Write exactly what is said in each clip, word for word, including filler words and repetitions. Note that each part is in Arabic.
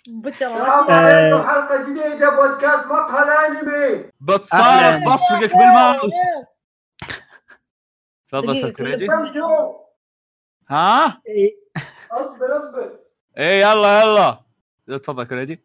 السلام عليكم. حلقة جديدة بودكاست مقهى الانمي. بتصارخ بصفقك بالماوس. تفضل سكريجي. ها اصبر اصبر ايه يلا يلا تفضل كريجي.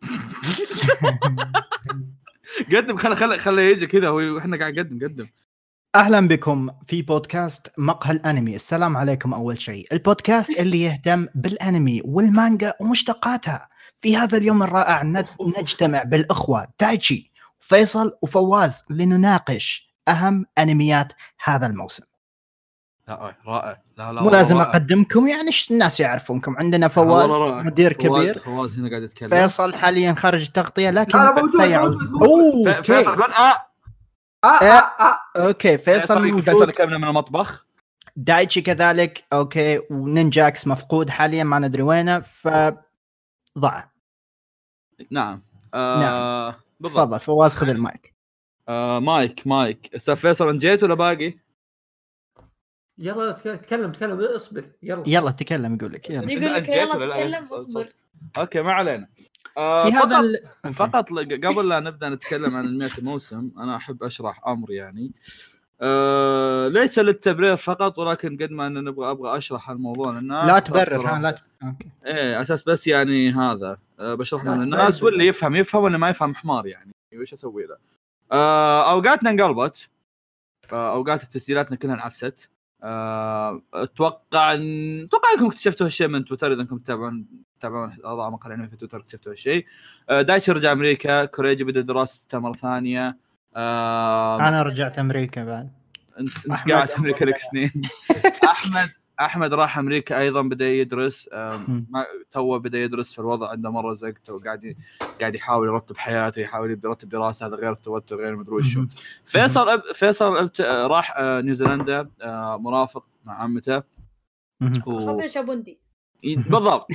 قدم خل خل خليه يجي كذا واحنا قاعد نقدم قدم. اهلا بكم في بودكاست مقهى الانمي. السلام عليكم. اول شيء البودكاست اللي يهتم بالانمي والمانجا ومشتقاتها. في هذا اليوم الرائع نجتمع بالاخوه دايتشي وفيصل وفواز لنناقش اهم انميات هذا الموسم. لا رائع. لا لا مو لازم رائع. اقدمكم يعني الناس يعرفونكم. عندنا فواز مدير فواز كبير. فواز هنا قاعد يتكلم. فيصل حاليا خارج التغطيه لكن سيعود. اوه فيصل قول اه اه اه, آه. اوكي فيصل موجود. فيصل يكلمنا من المطبخ. دايتشي كذلك. اوكي ونينجاكس مفقود حاليا ما ندري وينه فضاع. نعم آه نعم تفضل فواز خذ المايك. آه مايك مايك استاذ فيصل انت جيت ولا باقي؟ يلا تكلم تكلم اصبر يلا يلا تكلم يقول لك يلا يقول لك يلا تكلم اصبر. اوكي ما علينا. آه في فقط هذا ال... فقط قبل لا نبدا نتكلم عن المئة الموسم انا احب اشرح امر يعني آه ليس للتبرير فقط ولكن قد ما ان نبغى ابغى اشرح الموضوع للناس. لا تبرر ها لا ت... اوكي ايه اساس بس يعني هذا آه بشرح للناس واللي يفهم يفهم واللي ما يفهم حمار يعني وش اسوي له. آه اوقاتنا انقلبت. آه اوقات تسجيلاتنا كلها انعفست. أه، اتوقع ان اتوقع انكم اكتشفتوا هالشيء من تويتر اذا كنتم تتابعون تتابعون اعضاء مقهى الانمي في تويتر اكتشفتوا هالشيء. أه، دايتشي رجع امريكا. كوريجي بدا دراسته مره ثانيه. أه، انا رجعت امريكا بعد. انت, انت قاعد امريكا لك سنين. احمد احمد راح امريكا ايضا بدا يدرس. ما تو بدا يدرس في الوضع عنده مره زقت وقاعد قاعد يحاول يرتب حياته يحاول يرتب دراسته هذا غير التوتر غير مدري وشو. فيصل أب... فيصل أب... راح نيوزيلندا مرافق مع عمته و... شابوندي بالضبط.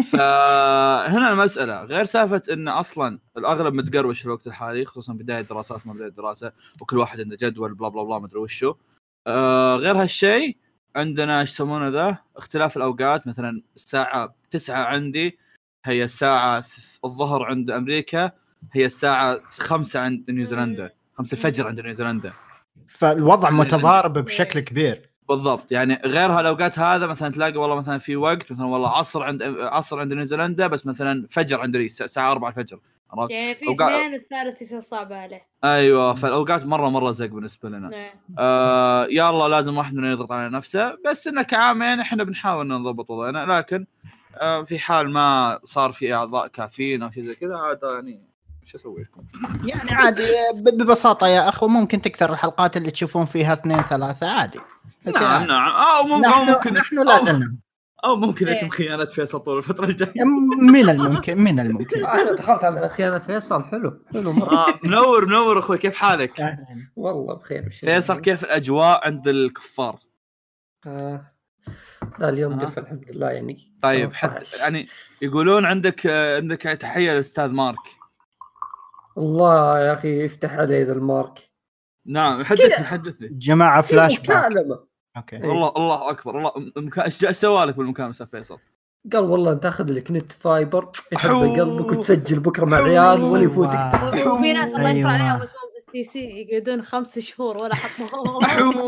فهنا المساله غير سالفه ان اصلا الاغلب متقروش في الوقت الحالي خصوصا بدايه دراسات ما بدايه دراسه وكل واحد عنده جدول بلا بلا بلا مدري وشو. آه غير هالشيء عندنا ايش يسمونه ذا اختلاف الاوقات. مثلا الساعه تسعة عندي هي الساعه الظهر عند امريكا هي الساعه خمسة عند نيوزيلندا خمسة الفجر عند نيوزيلندا. فالوضع متضارب بشكل كبير. بالضبط يعني غير هالاوقات هذا مثلا تلاقي والله مثلا في وقت مثلا والله عصر عند عصر عند نيوزيلندا بس مثلا فجر عند ريس الساعه أربعة الفجر. يعني في اثنين الثالث يصير صعب عليه. ايوه فالاوقات مره مره زق بالنسبه لنا. آه يلا لازم واحد مننا يضغط على نفسه بس انه كعامين احنا بنحاول نضبط وضعنا لكن آه في حال ما صار في اعضاء كافيين او شيء زي كذا عاد يعني ايش اسوي لكم يعني عادي ببساطه يا اخو ممكن تكثر الحلقات اللي تشوفون فيها اثنين ثلاثه عادي. نعم نعم او ممكن نحن ممكن نحن لازلنا او ممكن يتم خيانه فيصل طول الفتره الجايه. من الممكن من الممكن انا دخلت على خيانه فيصل. حلو حلو آه منور منور اخوي كيف حالك؟ والله بخير. فيصل كيف الاجواء عند الكفار؟ آه لا اليوم دفع الحمد لله يعني. طيب حد يعني يقولون عندك عندك تحيه للاستاذ مارك. الله يا اخي يفتح علي ذا المارك. نعم حدثني حدثني جماعه فلاش باك. اوكي الله الله اكبر الله مكان ايش سوى لك بالمكان استاذ فيصل؟ قال والله انت اخذ لك نت فايبر يحب قلبك وتسجل بكره مع العيال ولا يفوتك تسجيل. وفي ناس الله يستر عليهم اسمهم اس تي سي يقعدون خمس شهور ولا حطوا.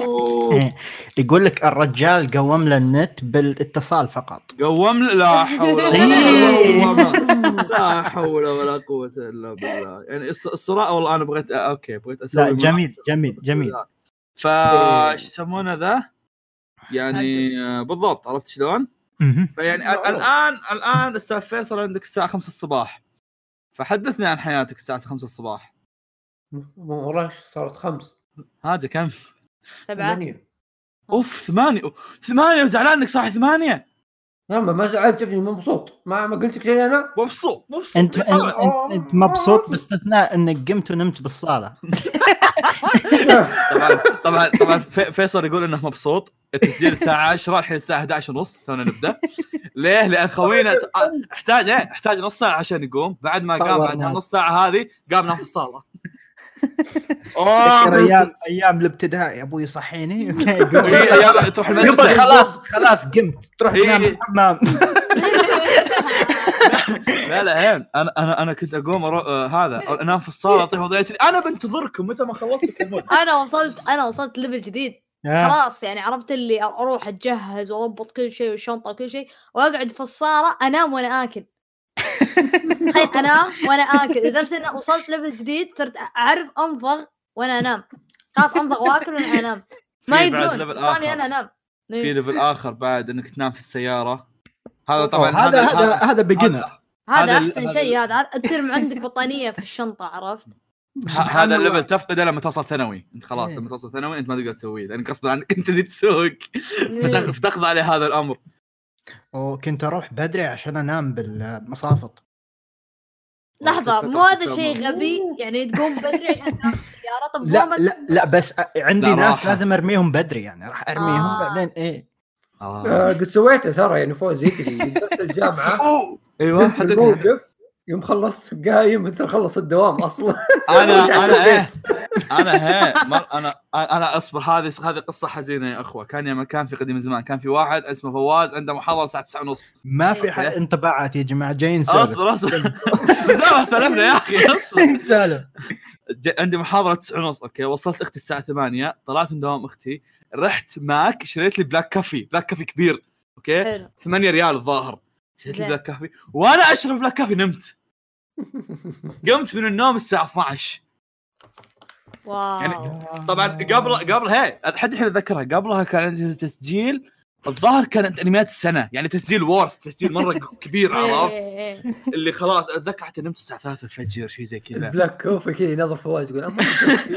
يقول لك الرجال قوم له النت بالاتصال فقط. قوم لا حول ولا لا حول ولا قوه الا بالله. يعني الصراحه والله انا بغيت اوكي بغيت اسوي لا جميل جميل جميل. فايش يسمونه ذا يعني بالضبط عرفت شلون؟ فيعني الان الان الساعه فيصل عندك الساعه خمسة الصباح فحدثني عن حياتك الساعه خمسة الصباح. وراش صارت خمس هذا كم؟ سبعة. اوف ثمانية ثمانية وزعلان انك صاحي ثمانية. لا ما زعلت فيني مبسوط ما ما قلت لك شيء انا مبسوط مبسوط انت انت, انت مبسوط باستثناء انك قمت ونمت بالصاله. طبعا طبعا طبعا فيصل يقول انه مبسوط. التسجيل الساعه عشرة الحين الساعه إحدى عشر ونص تونا نبدا. ليه؟ لان خوينا احتاج ايه احتاج نص ساعه عشان يقوم. بعد ما قام بعد نص ساعه هذه قام نام في الصاله. اوه ايام ايام الابتدائي يا ابوي صحيني. ايام تروح المدرسه خلاص خلاص قمت تروح تنام الحمام. لا لا هين انا انا انا كنت اقوم أرو... آه هذا انام في الصاله اطيح وضعيتي انا بنتظركم متى ما خلصتوا كلمون. انا وصلت انا وصلت ليفل جديد خلاص يعني عرفت اللي اروح اتجهز واضبط كل شيء والشنطه وكل شيء واقعد في الصاله انام وانا اكل. تخيل انام وانا اكل لدرجه اني وصلت ليفل جديد صرت اعرف انفض وانا انام. خلاص انفض واكل وانا انام ما يدرون بس انا انا انام. في ليفل اخر بعد انك تنام في السياره. هذا طبعا هذا هذا هذا بيجنر. هذا احسن شيء هذا تصير عندك بطانيه في الشنطه عرفت. هذا الليفل تفقده لما توصل ثانوي. انت خلاص لما توصل ثانوي انت ما تقدر تسويه لان غصب عنك انت اللي تسوق فتاخذ عليه هذا الامر. وكنت اروح بدري عشان انام بالمصافط. لحظه مو هذا شيء غبي يعني تقوم بدري عشان تنام السياره. طب لا لا لا بس عندي لا ناس راحة. لازم ارميهم بدري يعني راح ارميهم آه. بعدين ايه آه. آه قد سويته ترى يعني فوزي تدري درس الجامعه ايوه كنت الموقف يوم خلصت قايم مثل خلص الدوام اصلا. انا انا ايه انا هي مر انا انا اصبر. هذه هذه قصه حزينه يا اخوه. كان يا مكان في قديم زمان كان في واحد اسمه فواز عنده محاضره الساعه تسعة ونص. ما في حد انطباعات يا جماعه جايين سالفه. اصبر اصبر سالفه سالفنا يا اخي اصبر سالفه. عندي محاضره تسعة ونص اوكي. وصلت اختي الساعه ثمانية طلعت من دوام اختي رحت ماك شريت لي بلاك كافي بلاك كافي كبير اوكي حلو. ثمانية ريال الظاهر. شريت لي بلاك كافي وانا اشرب بلاك كافي نمت. قمت من النوم الساعه اثني عشر. واو. يعني طبعا قبل قبل هي حد الحين اتذكرها قبلها كان عندي تسجيل الظاهر كانت انميات السنه يعني تسجيل وورث تسجيل مره كبير عرفت اللي خلاص اتذكر حتى نمت الساعه ثلاثة الفجر شيء زي كذا. بلاك كوفي كذا ينظر فواز يقول اما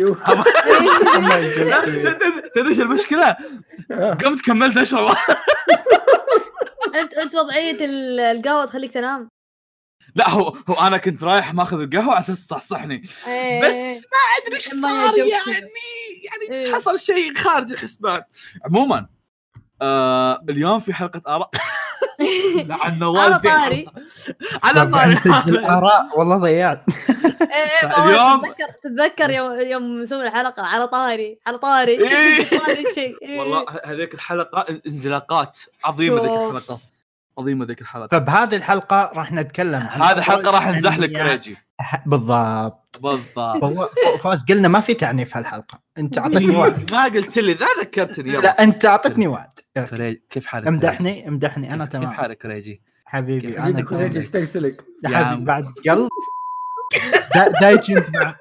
تدري ايش المشكله؟ قمت كملت اشرب. انت انت وضعيه القهوه تخليك تنام. لا هو هو انا كنت رايح ماخذ القهوه على اساس تصحصحني بس ما ادري ايش صار يعني يعني حصل شيء خارج الحسبان. عموما آه اليوم في حلقه اراء لعن والدي على طاري على طاري اراء والله ضيعت. اليوم تتذكر تتذكر يوم يوم نسوي الحلقه على طاري على طاري طاري شيء والله هذيك الحلقه انزلاقات عظيمه ذيك الحلقه عظيمه ذيك الحلقه. فبهذه الحلقه راح نتكلم عن هذه الحلقه راح نزحلق كريجي بالضبط بالضبط. فواز قلنا ما في تعني في هالحلقه. انت اعطيتني وعد. ما قلت لي ذا ذكرتني. لا انت اعطيتني وعد. كيف حالك؟ امدحني امدحني انا تمام. كيف حالك كريجي حبيبي انا كريجي اشتقت لك يا حبيبي بعد قلب دايتش انت معه.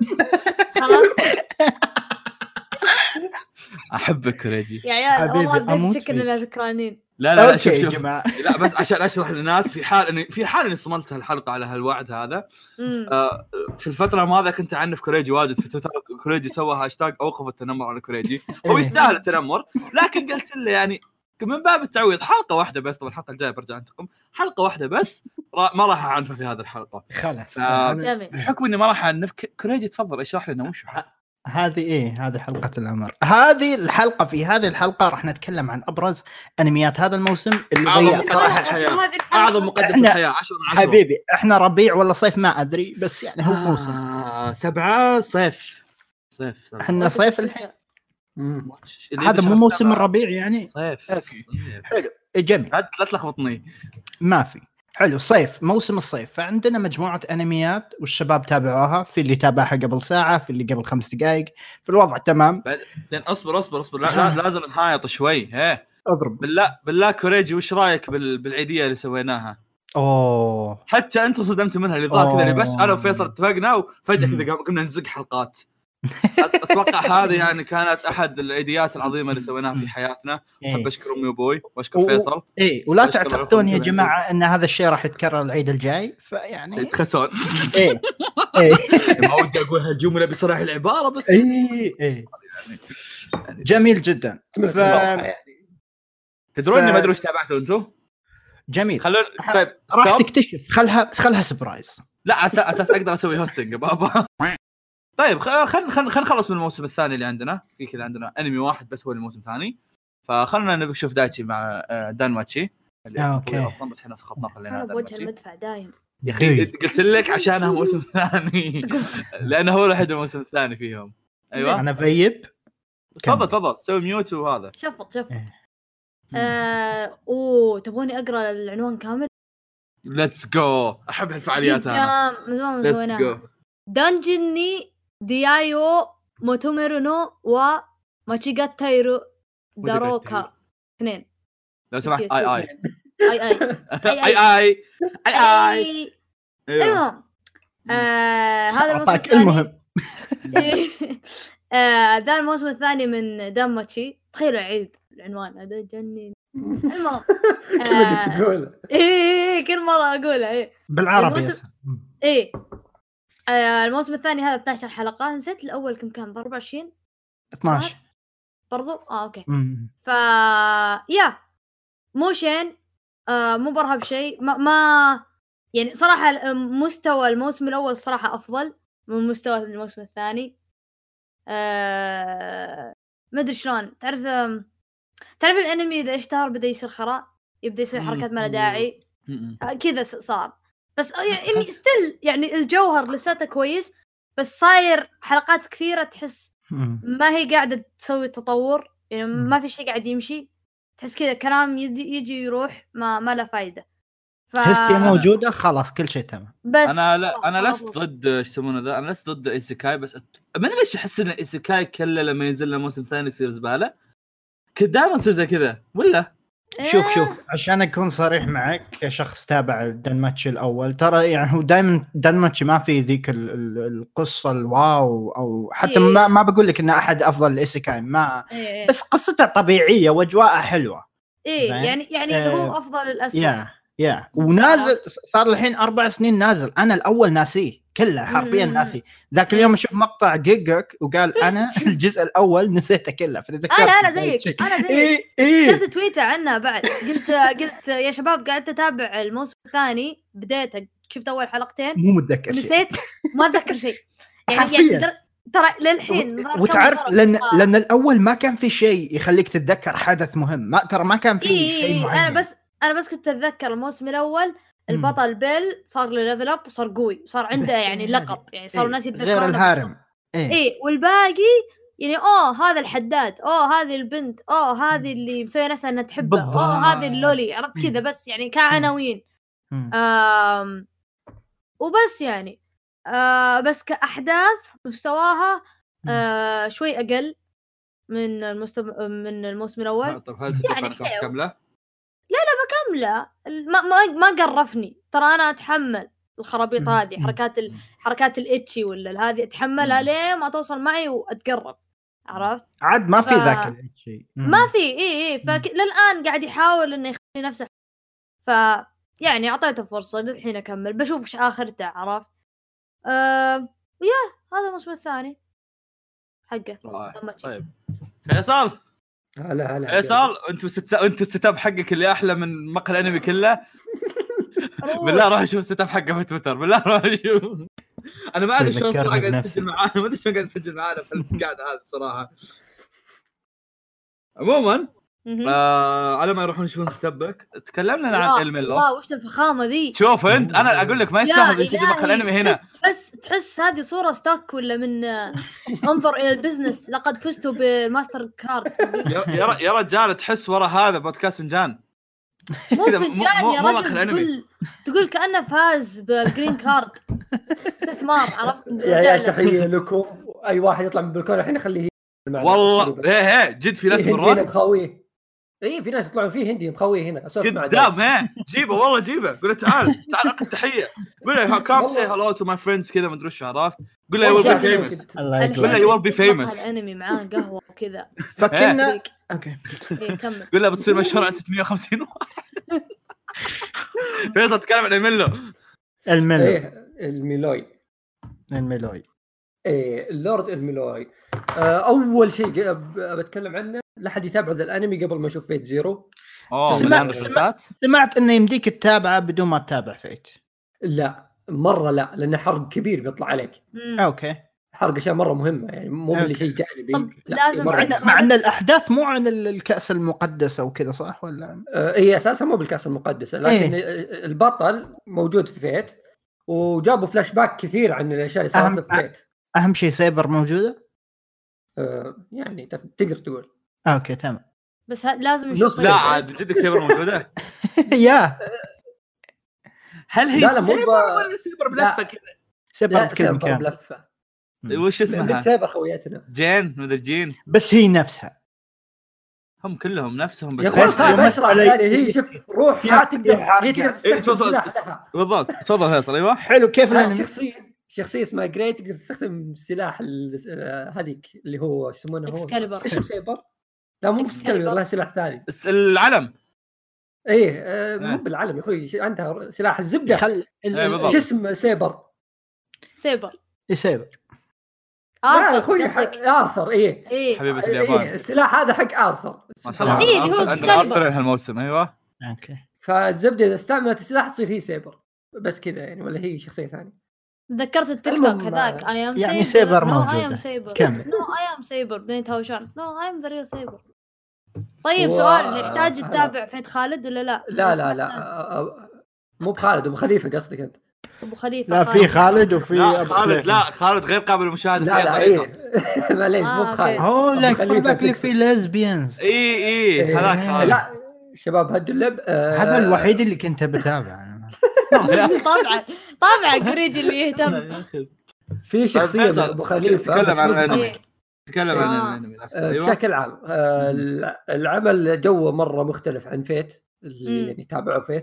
احبك كريجي يا عيال والله شكلنا ذكرانين. لا لا لا شوف شوف لا بس عشان اشرح للناس في حال اني في حال اني صملت هالحلقه على هالوعد هذا آه في الفتره الماضيه كنت اعنف كوريجي واجد في تويتر. كوريجي سوى هاشتاج اوقف التنمر على كوريجي. هو يستاهل التنمر لكن قلت له يعني من باب التعويض حلقه واحده بس. طبعا الحلقه الجايه برجع عندكم حلقه واحده بس ما راح اعنفه في هذه الحلقه خلاص. بحكم اني ما راح اعنف كوريجي تفضل اشرح لنا وش هذه ايه هذه حلقة العمر. هذه الحلقة في هذه الحلقة راح نتكلم عن أبرز أنميات هذا الموسم اللي أعظم مقدم في الحياة. أعظم مقدم في الحياة. عشرة من عشرة حبيبي إحنا ربيع ولا صيف ما أدري بس يعني هو موسم آه سبعة صيف صيف إحنا صيف الحين. هذا مو موسم الربيع يعني صيف. حلو جميل لا تلخبطني ما في. حلو صيف موسم الصيف. فعندنا مجموعة أنميات والشباب تابعوها. في اللي تابعها قبل ساعة في اللي قبل خمس دقائق في الوضع تمام. لأن أصبر أصبر أصبر لا لازم نهايط شوي. ها أضرب بالله بالله كوريجي وش رأيك بالعيدية اللي سويناها؟ أوه حتى أنت صدمت منها اللي ضاق كذا اللي بس أنا وفيصل اتفقنا وفجأة كذا قمنا نزق حلقات. اتوقع هذه يعني كانت احد العيديات العظيمه اللي سويناها في حياتنا. احب اشكر امي وابوي واشكر فيصل. اي ولا تعتقدون يا جماعه ان هذا الشيء راح يتكرر العيد الجاي فيعني تخسون. اي اي ما ودي اقول هالجمله بصراحه العباره بس اي اي جميل جدا. ف... تدرون اني ما ادري وش تابعتوا انتم. جميل خلونا طيب راح تكتشف. خلها خلها سبرايز. لا اساس اساس اقدر اسوي هوستنج بابا. طيب خل خل خل نخلص من الموسم الثاني اللي عندنا. في كذا عندنا انمي واحد بس هو الموسم الثاني. فخلنا نشوف دايتشي مع دانماتشي اللي آه، اصلا بس احنا سخطنا خلينا بوجه المدفع دايم يا اخي قلت لك عشانها موسم ثاني لانه هو الوحيد الموسم الثاني فيهم. ايوه انا بيب تفضل تفضل سوي ميوت وهذا شفط شفط. آه اوه تبغوني اقرا العنوان كامل؟ ليتس جو. احب هالفعاليات انا من زمان ما ليتس سويناها. جو. دانجني ديايو موتوميرو نو و ماتشيغاتايرو داروكا اثنين. لو سمحت اي اي اي اي اي اي اي اي المهم آه هذا الموسم أعطاك الثاني. المهم. آه ذا الموسم الثاني من داماتشي. تخيلوا عيد العنوان هذا جنين. المهم كل ما جيت تقول ايه كل مرة اقولها ايه بالعربي الموسم... ايه آه الموسم الثاني هذا اثناشر حلقة. نسيت الاول كم كان أربعة وعشرين اثناشر برضو اه اوكي مم. ف يا مو شين آه مو برهب شيء ما... ما يعني صراحة مستوى الموسم الأول صراحة أفضل من مستوى الموسم الثاني. آه... ما أدري شلون تعرف تعرف الأنمي إذا اشتهر بدأ يصير خراء يبدأ يسوي حركات ما له داعي آه كذا صار. بس يعني إني ستيل يعني الجوهر لساته كويس بس صاير حلقات كثيرة تحس ما هي قاعدة تسوي تطور يعني ما في شيء قاعد يمشي. تحس كذا كلام يجي يجي يروح ما ما له فايدة. ف... هستي موجودة خلاص كل شيء تمام. بس انا لا انا لست ضد ايش يسمونه ذا. انا لست ضد ايسيكاي بس أت... ما ادري ليش احس ان ايسيكاي كله لما ينزل له موسم ثاني يصير زبالة دائما تصير زي كذا ولا. شوف شوف عشان اكون صريح معك كشخص تابع دانماتشي الاول ترى يعني هو دائما دانماتشي ما في ذيك ال... ال... القصة الواو او حتى إيه. ما ما بقول لك ان احد افضل الايسيكاي ما إيه. بس قصته طبيعية واجواءها حلوة. ايه يعني يعني آه. هو افضل الاسوء. يا يا ونازل صار الحين اربع سنين نازل. انا الاول ناسيه كله حرفيا ناسي. ذاك اليوم اشوف مقطع جيجك وقال انا الجزء الاول نسيته كله فتذكرت انا انا زيك انا زيك إيه إيه. كتبت تويتر عنه بعد قلت قلت يا شباب قاعد اتابع الموسم الثاني بدايته شفت اول حلقتين مو متذكر نسيت ما اتذكر شيء يعني يعني ترى للحين وتعرف لان آه. لان الاول ما كان في شيء يخليك تتذكر حدث مهم ما ترى ما كان في إيه شيء معين. انا بس انا بس كنت اتذكر الموسم الاول البطل بيل صار له ليفل اب وصار قوي وصار عنده يعني لقب يعني صاروا الناس إيه. يتذكرون غير الهارم ايه, إيه. والباقي يعني اوه هذا الحداد اوه هذه البنت اوه هذه اللي مسويه نفسها انها تحبه اوه هذه اللولي عرفت كذا بس يعني كعناوين آم وبس يعني آه بس كأحداث مستواها آه شوي أقل من المستو... من الموسم الأول. طب هل تتوقع يعني انك كاملة؟ لا لا بكمله ما ما ما قرفني ترى انا اتحمل الخرابيط هذه حركات ال... حركات الاتشي ولا هذه اتحملها لين ما توصل معي واتقرب عرفت عاد ما في ف... ذاك الاتشي ما في اي اي فللان قاعد يحاول انه يخلي نفسه ف يعني اعطيته فرصه للحين اكمل بشوف ايش اخرته عرفت أه... يا هذا الموسم الثاني حقه. طيب فيصل هلا هلا فيصل انتوا ست انتوا الستاب حقك اللي احلى من مقهى الانمي كله. بالله روح شوف الستاب حقه في تويتر بالله روح شوف. انا ما ادري شلون صراحه قاعد اسجل معانا ما ادري شلون قاعد اسجل معانا في القعده هذه الصراحه. عموما آه على ما يروحون يشوفون ستبك تكلمنا عن الميلو. واو وش الفخامه ذي. شوف انت انا اقول لك ما يستاهل يسجل مقهى الانمي هنا. تحس تحس هذه صوره ستوك ولا من انظر الى البزنس لقد فزتوا بماستر كارد. يا يا رجال تحس ورا هذا بودكاست فنجان مو فنجان يا رجل تقول تقول كأنه فاز بالجرين كارد استثمار عرفت. يا تحيه لكم اي واحد يطلع من البلكونه الحين نخليه والله ايه ايه جد في ناس مرات مخاويه اي في ناس يطلعون فيه هندي مخاويه هنا قدام ايه جيبه والله جيبه قول له تعال تعال اقل تحيه قول له كام سي هالو تو ماي فريندز كذا ما ادري ايش عرفت قول له يو ويل بي فيمس قول له يو ويل بي فيمس الانمي معاه قهوه وكذا فكنا اوكي كمل قول له بتصير مشهور عند ستمية وخمسين فيصل تكلم عن الميلو الميلو ايه الميلوي الميلوي ايه اللورد الميلوي. اول شيء بتكلم عنه لا حد يتابع ذا الانمي قبل ما يشوف فيت زيرو. اوه سمعت, سمعت, سمعت انه يمديك تتابعه بدون ما تتابع فيت. لا مره لا لانه حرق كبير بيطلع عليك. مم. اوكي حرق اشياء مره مهمه يعني مو اللي شيء جانبي. لازم مع ان الاحداث مو عن الكأس المقدسه وكذا صح ولا آه هي اساسا مو بالكأس المقدسه لكن إيه؟ البطل موجود في فيت وجابوا فلاش باك كثير عن الاشياء اللي صارت في فيت. اهم شيء سايبر موجوده آه يعني تقدر تقول اوكي تمام بس لازم نشوف. لا عاد جدك سايبر موجوده يا هل هي لا لا مو سيبر ب... ولا سيبر بلفه لا. كذا؟ سيبر لا بكل سيبر مكان. بلفه. وش اسمها؟ سيبر خوياتنا جين مدري جين. بس هي نفسها هم كلهم نفسهم بس يا اخوان صعب يوم اشرح مسألة- يعني. هي شوف روحها تقدر فيها هي تقدر حركة. إيه، تستخدم تفضل. سلاح لها. بالضبط تفضل فيصل. ايوه حلو. كيف هذه الانمي؟ شخصيه شخصيه اسمها جري تقدر تستخدم سلاح ال- آه، هذيك اللي هو ايش يسمونه هو Excalibur. ايش سيبر. لا مو سكالبر، لها سلاح ثاني. بس العلم ايه آه، إيه. مو بالعلم يا اخوي، عندها سلاح الزبده. خل إيه، بالضبط. شو اسمه سيبر. سيبر يسيبر. لا يا آرثر اخوي قصدك. ارثر. ايه ايه حبيبه إيه، اليابان. السلاح هذا حق ارثر ما شاء الله. إيه، اللي هو عندنا إكسكاليبر. ارثر هالموسم. ايوه اوكي. فالزبده اذا استعملت السلاح تصير هي سيبر بس كذا يعني، ولا هي شخصيه ثانيه. تذكرت التيك توك المهم، هذاك اي ام يعني سيبر نو موجودة. اي ام سيبر كمل. نو اي ام سيبر بدون يتهاوشون نو اي ام ذا ريل سيبر. طيب و- سؤال، يحتاج هذا- تتابع فهد خالد ولا لا؟ لا اسمع لا لا الناس. آه، آه، مو بخالد، ابو خليفه قصدك انت. ابو خليفه لا في خالد وفي لا أبو خالد، خليفة. لا خالد غير قابل للمشاهده لا في لا أي ايه طريقة. معليش آه، مو أوكي. بخالد. هو أبو لك خليفة هذاك اللي تكسب. فيه ليزبيانز. اي اي إيه، هذاك خالد. لا شباب هدوا اللب. آه، هذا الوحيد اللي كنت بتابع. طبعا طبعا قريجي اللي يهتم. في شخصيه فيصل، ابو خليفه تكلم بس عن مو الأنمي. بخالد. إيه. تكلم عن آه. الانمي نفسه. آه، ايوه بشكل عام آه، الع- العمل جوه مره مختلف عن فيت اللي مم. يعني تابعوا فيت.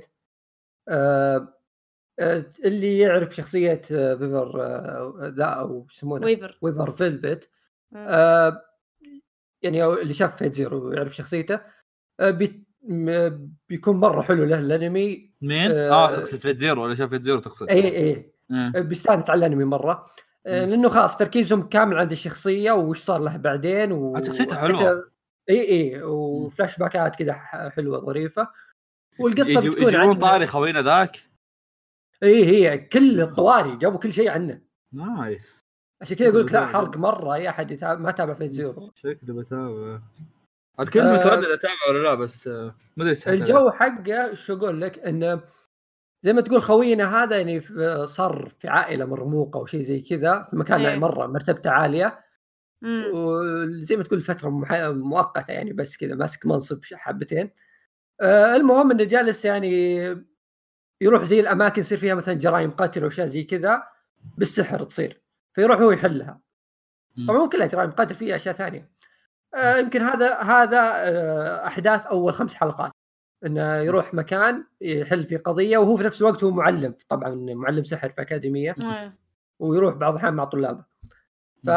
آه، آه، اللي يعرف شخصيه آه، فيفر آه، ذا او يسمونه ويفر. ويفر فيلفت مم. آه، يعني أو اللي شاف فيت زيرو ويعرف شخصيته آه، بي م- بيكون مره حلو له الانمي. مين؟ آه، اه تقصد فيت زيرو ولا شاف فيت زيرو تقصد؟ اي اي إيه. بيستانس على الانمي مره آه، مم. لانه خلاص تركيزهم كامل عند الشخصيه وش صار له بعدين و عاد شخصيته حلوة. اي اي وفلاش باكات كذا ح- حلوه ظريفه. والقصه يجي- بتكون يجيبون عن طاري خوينا ذاك. اي هي كل الطواري جابوا كل شيء عنه. نايس. عشان كذا اقول لك لا حرق مره اي احد يتابع ما تابع فيت زيرو. شكله بتابع. عاد كنت آه، متردد اتابع ولا لا بس آه، ما ادري ايش الجو حقه شو اقول لك انه زي ما تقول خوينا هذا يعني في- صار في عائله مرموقه وشيء زي كذا في مكان إيه. مره مرتبته عاليه مم. وزي ما تقول فتره مح- مؤقته يعني بس كذا ماسك منصب حبتين. آه المهم انه جالس يعني يروح زي الاماكن يصير فيها مثلا جرائم قتل واشياء زي كذا بالسحر تصير فيروح هو يحلها. مم. طبعا مو كلها جرائم قتل، فيها اشياء ثانيه. آه يمكن هذا هذا آه احداث اول خمس حلقات انه يروح مكان يحل في قضيه وهو في نفس الوقت هو معلم، طبعا معلم سحر في اكاديميه إيه. ويروح بعض الاحيان مع طلابه. ف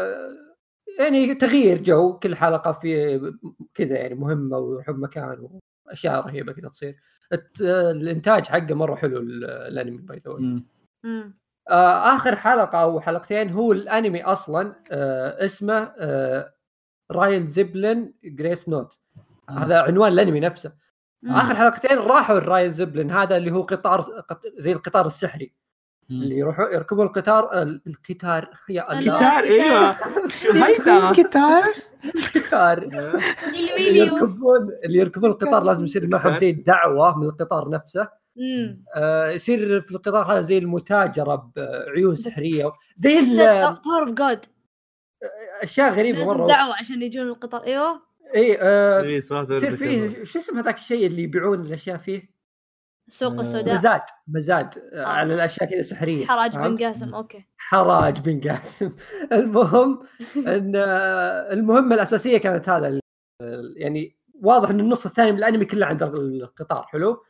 يعني تغيير جو كل حلقه في كذا يعني مهمه ويروح مكان واشياء رهيبه كذا تصير. الت- الانتاج حقه مره حلو ال- الانمي باي ذا مم. مم. آه اخر حلقه او حلقتين هو الانمي اصلا آه اسمه آه رايل زيبلين جريس نوت. هذا عنوان الانمي نفسه. مم. اخر حلقتين راحوا الرايل زيبلين هذا اللي هو قطار قط- زي القطار السحري مم. اللي يروحوا يركبوا القطار القطار يا الله كتار ايوه شو هيدا كتار. القطار اللي يركبون اللي يركبون القطار لازم يصير معهم زي دعوه من القطار نفسه. مم. آه يصير في القطار هذا زي المتاجره بعيون سحريه زي ال- تور اوف جود. اشياء غريبه لازم مره. دعوه عشان يجون القطار. ايوه اي آه اي صح. يصير فيه شو اسم هذاك الشيء اللي يبيعون الاشياء فيه السوق السوداء. مزاد مزاد آه. على الاشياء كذا سحريه. حراج فهمت؟ بن قاسم. اوكي حراج بن قاسم. المهم ان آه، المهمه الاساسيه كانت هذا ال- يعني واضح ان النص الثاني من الانمي كله عند القطار حلو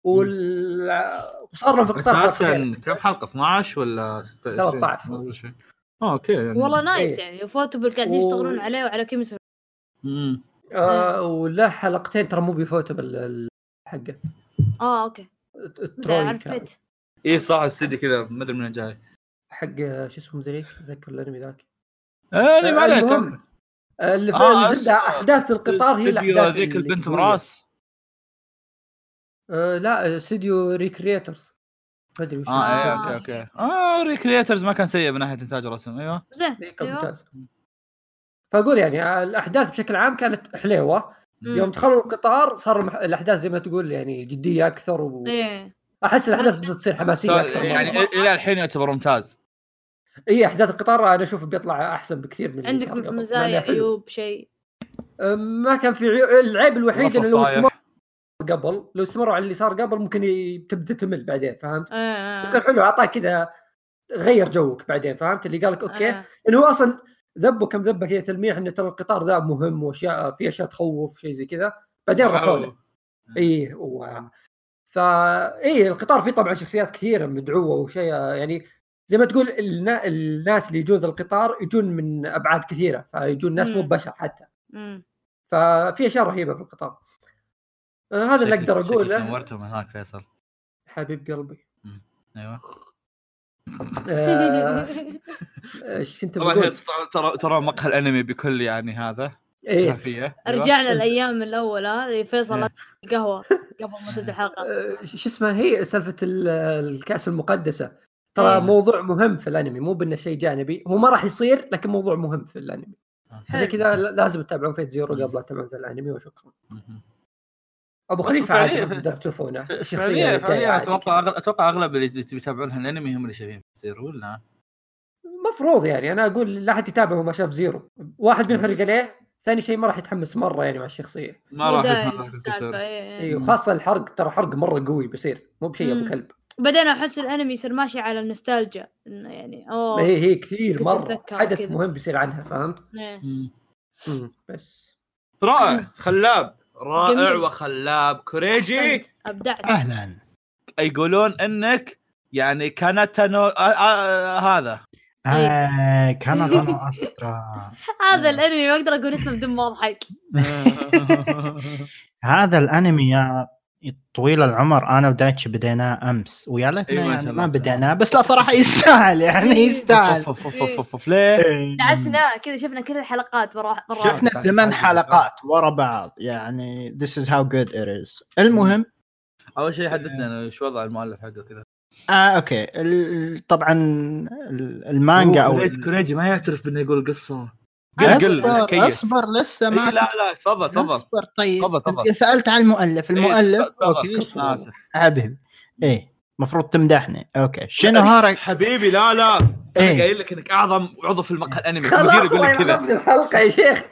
وال- وصار لهم في القطار حلقتين. اساسا كم حلقه اثناشر ولا ثلاثة عشر ولا شيء؟ اه اوكي يعني. والله نايس إيه. يعني وفوتوا بالقاعدين و- يشتغلون عليه وعلى كيميسو. مم. آه وله حلقتين ترى مو بيفوتوا بال حقه اه اوكي التروي عرفت. ايه صح استدي كذا ما ادري من جاي. حق شو اسمه ذريك ذكر الانمي ذاك ايه اللي ما عليك. المهم، اللي في آه، الزبده اسمه احداث القطار هي الاحداث ذيك اللي البنت قوية. براس. آه لا استديو ريكريترز ما ادري وش اه ايه آه. اوكي اوكي اه ريكريترز ما كان سيء من ناحيه انتاج الرسم. ايوه زين إيه، كان ايوه. ممتاز. فاقول يعني الاحداث بشكل عام كانت حليوه. مم. يوم دخلوا القطار صار المح... الاحداث زي ما تقول يعني جديه اكثر و... ايه احس الاحداث بدات تصير حماسيه اكثر يعني مرة. الى الحين يعتبر ممتاز. اي احداث القطار انا اشوف بيطلع احسن بكثير من اللي عندك صار قبل. مع مزايا إنه حلو. عيوب شيء. أم، ما كان في عيوب. العيب الوحيد انه لو فضايح. استمر قبل لو استمروا على اللي صار قبل ممكن ي- تبدا تمل بعدين فهمت. آه. وكان حلو عطاك كذا غير جوك بعدين فهمت اللي قالك اوكي آه. انه هو اصلا ذبه كم ذبه كذا تلميح ان ترى القطار ذا مهم واشياء في اشياء تخوف شيء زي كذا بعدين راحوا له. ايه و... فا ايه القطار فيه طبعا شخصيات كثيره مدعوه وشيء يعني زي ما تقول النا... الناس اللي يجون ذا القطار يجون من ابعاد كثيره فيجون ناس مو مم. بشر حتى مم. ففي اشياء رهيبه في القطار. آه هذا اللي شكلك- اقدر شكلك اقوله نورتهم هناك فيصل. حبيب قلبي. ايوه آه، ايش كنت طبعا بقول؟ هي ترى ترى مقهى الانمي بكل يعني هذا ايه شفافيه. رجعنا الايام الاول ها اللي فيصل إيه. القهوه قبل ما تبدا الحلقه. آه، شو اسمه هي سالفه ال- الكاس المقدسه ترى إيه. موضوع مهم في الانمي مو بانه شيء جانبي هو ما راح يصير لكن موضوع مهم في الانمي عشان حلو. كذا لازم تتابعون فيت زيرو مم. قبل لا تتابعون ذا الانمي وشكرا. مهم. ابو خليفه فعليا- عادي تقدر تشوفونه فعليا الشخصيه فعليا الجاية عادي اتوقع كذا. أغل- اتوقع اغلب اللي بيتابعون الانمي هم اللي شايفين تصير ولا مفروض يعني انا اقول لا احد يتابع وما شاف زيرو واحد بينحرق عليه ثاني شيء ما راح يتحمس مره يعني مع الشخصيه ما راح وداعي يفهم السالفة، الكسر. إيه، إيه. اي وخاصه الحرق ترى حرق مره قوي بيصير مو بشيء ابو مم. كلب. بعدين احس الانمي يصير ماشي على النوستالجيا انه يعني اوه هي هي كثير كنت مره أتذكر حدث كذا. مهم بيصير عنها فهمت. إيه. مم. مم. بس رائع خلاب رائع جميل. وخلاب كوريجي. أحسنت، ابدعت. اهلا. يقولون انك يعني كانت نو... آه آه هذا آه كانت انا استرا. هذا الانمي ما اقدر اقول اسمه بدون ما اضحك. هذا الانمي يا طويل العمر انا ودايتش بديناه امس ويا ليتنا أيوة، ما يعني شاء ما الله. بديناه بس لا صراحه يستاهل يعني يستاهل. فف- فف- فف- فف- ليه؟ دعسنا كذا شفنا كل الحلقات مرة مرة شفنا بعد- ثمان بعد- حلقات ورا بعض يعني this is how good it is. المهم اول شيء حدثنا أنا شو وضع المؤلف حقه كذا. آه اوكي ال- طبعا ال- المانجا او كوريجي, كوريجي ما يعترف بانه يقول قصه. قل قل اصبر كيس. اصبر لسه إيه ما لا لا تفضل تفضل اصبر. طيب تفضل، تفضل. انت سالت عن المؤلف المؤلف تفضل. اوكي اسف حبيبي ايه مفروض تمدحني اوكي شنو هارك حبيبي لا لا انا إيه. قايل لك انك اعظم عضو في المقهى الانمي. خلاص المدير يقول الله لك كذا. يلعب الحلقه يا شيخ.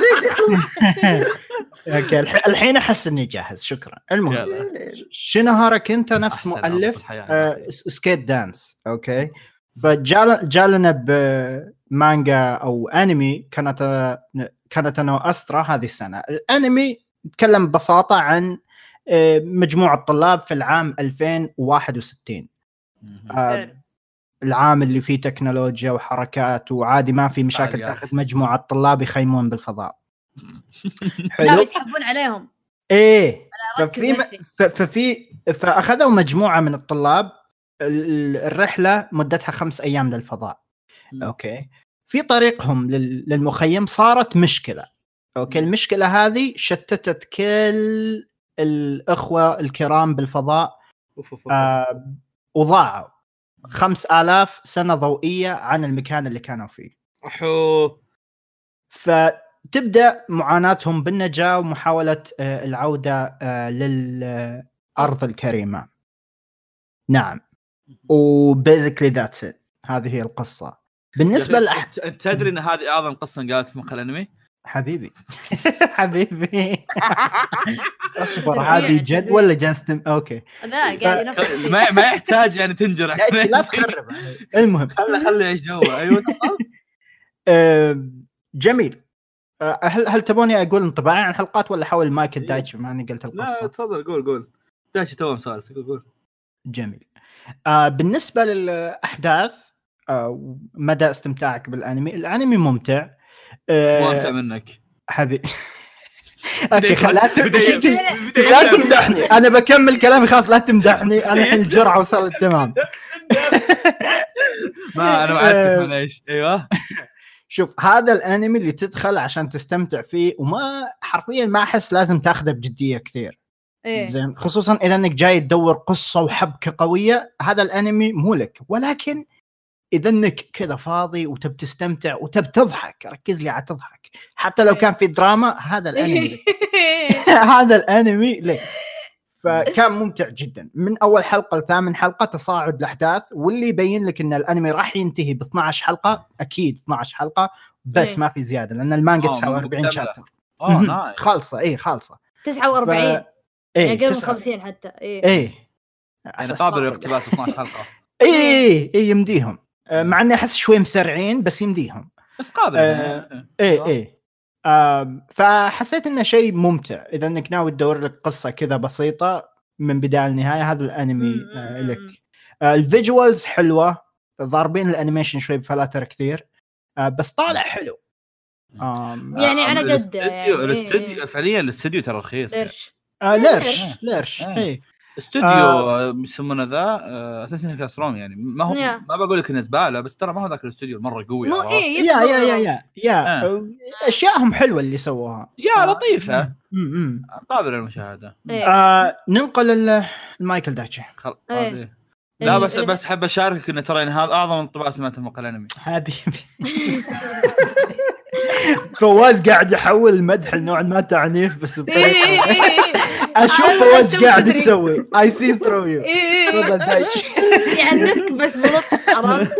اوكي الح- الحين احس اني جاهز شكرا. المهم يلا. شنو هارك انت نفس أحسن عضو في مؤلف الحياة. آه س- سكيت دانس اوكي فجال جالنا بمانجا او انمي كانت كانت انا واسترا هذه السنه. الانمي يتكلم ببساطه عن آه، مجموعه طلاب في العام ألفين وواحد وستين آه، العام اللي فيه تكنولوجيا وحركات وعادي ما في مشاكل فعاليات. تاخذ مجموعه طلاب يخيمون بالفضاء. لا حلو ويسحبون عليهم. ايه ركز ففي وحشي. ف- ففي فاخذوا مجموعه من الطلاب ال- الرحله مدتها خمس ايام للفضاء. مم. اوكي في طريقهم لل- للمخيم صارت مشكله. اوكي مم. المشكله هذه شتتت كل الاخوه الكرام بالفضاء أوف، أوف، أوف. آه وضاعوا خمس آلاف سنه ضوئيه عن المكان اللي كانوا فيه. أحو. فتبدا معاناتهم بالنجاه ومحاوله آه، العوده آه، للارض الكريمه. نعم وبيزيكلي ذاتس ات هذه هي القصه بالنسبه يا أخي، لأح... أنت- انت تدري ان هذه اعظم قصه قالت في مقهى الانمي. حبيبي حبيبي اصبر هذه جد ولا جالس اوكي لا قاعد ينفس فيه. ما ما يحتاج يعني تنجرح. لا لا تخرب علي. المهم خله خله يعيش جوه. ايوه تفضل. آه، جميل. آه، هل هل تبوني اقول انطباعي عن الحلقات ولا احاول المايك الدايتش بما اني قلت لا القصه؟ تفضل قول قول. داش تو مسالف قول قول. جميل. آه بالنسبه للاحداث آه مدى استمتاعك بالانمي، الانمي ممتع. آه ممتع منك حبيبي. اوكي خ- لا ت- بداية- بداية- لا تمدحني انا بكمل كلامي خلاص لا تمدحني انا الحين الجرعه وصلت تمام. ما انا ما اعرف معليش. ايوه شوف هذا الانمي اللي تدخل عشان تستمتع فيه وما حرفيا ما احس لازم تاخذه بجديه كثير. إيه. زين خصوصا اذا انك جاي تدور قصه وحبكه قويه هذا الانمي مو لك. ولكن اذا انك كذا فاضي وتب تستمتع وتب تضحك ركز لي على تضحك حتى لو كان في دراما هذا الانمي لك. هذا الانمي لك. فكان ممتع جدا من اول حلقه لثامن حلقه تصاعد الاحداث واللي يبين لك ان الانمي راح ينتهي ب اثنا عشر حلقه اكيد اثنا عشر حلقه بس إيه. ما في زياده لان المانجا آه، تسعة وأربعين مكتملة. شابتر. اه نايس. خالصه اي خالصه تسعة وأربعين. يعني قبل تسعة. خمسين حتى ايه ايه يعني قابل لاقتباس اثناشر حلقه. ايه ايه يمديهم، مع اني احس شوي مسرعين بس يمديهم، بس قابل آه يعني. ايه ايه آه فحسيت انه شيء ممتع اذا انك ناوي تدور لك قصه كذا بسيطه من بدايه للنهايه. هذا الانمي آه لك. آه الفيجوالز حلوه، ضاربين الانيميشن شوي بفلاتر كثير، آه بس طالع حلو. آه يعني على قد يعني الاستوديو إيه. فعليا الاستوديو ترى رخيص. ليش آه ليش ليش ايه, إيه. استوديو يسمونه ذا اساسن كلاس روم، يعني ما هو yeah. ما بقول لك انه زباله، بس ترى ما هو ذاك الاستوديو مره قوي. مو إيه يا يا يا يا يا آه. اشياءهم حلوه اللي سووها، يا لطيفه امم قابله للمشاهده. إيه. آه ننقل المايكل دايتشي. خل... إيه. لا بس بس حاب اشاركك ان ترى ان هذا اعظم انطباع سمعته مقال انمي حبيبي. فواز قاعد يحول المدح لنوع ما تعنيف بس بطريقه اشوف فواز قاعد تسوي اي سي ثرو يو تفضل دايتشي يعنفك بس بلط عرفت.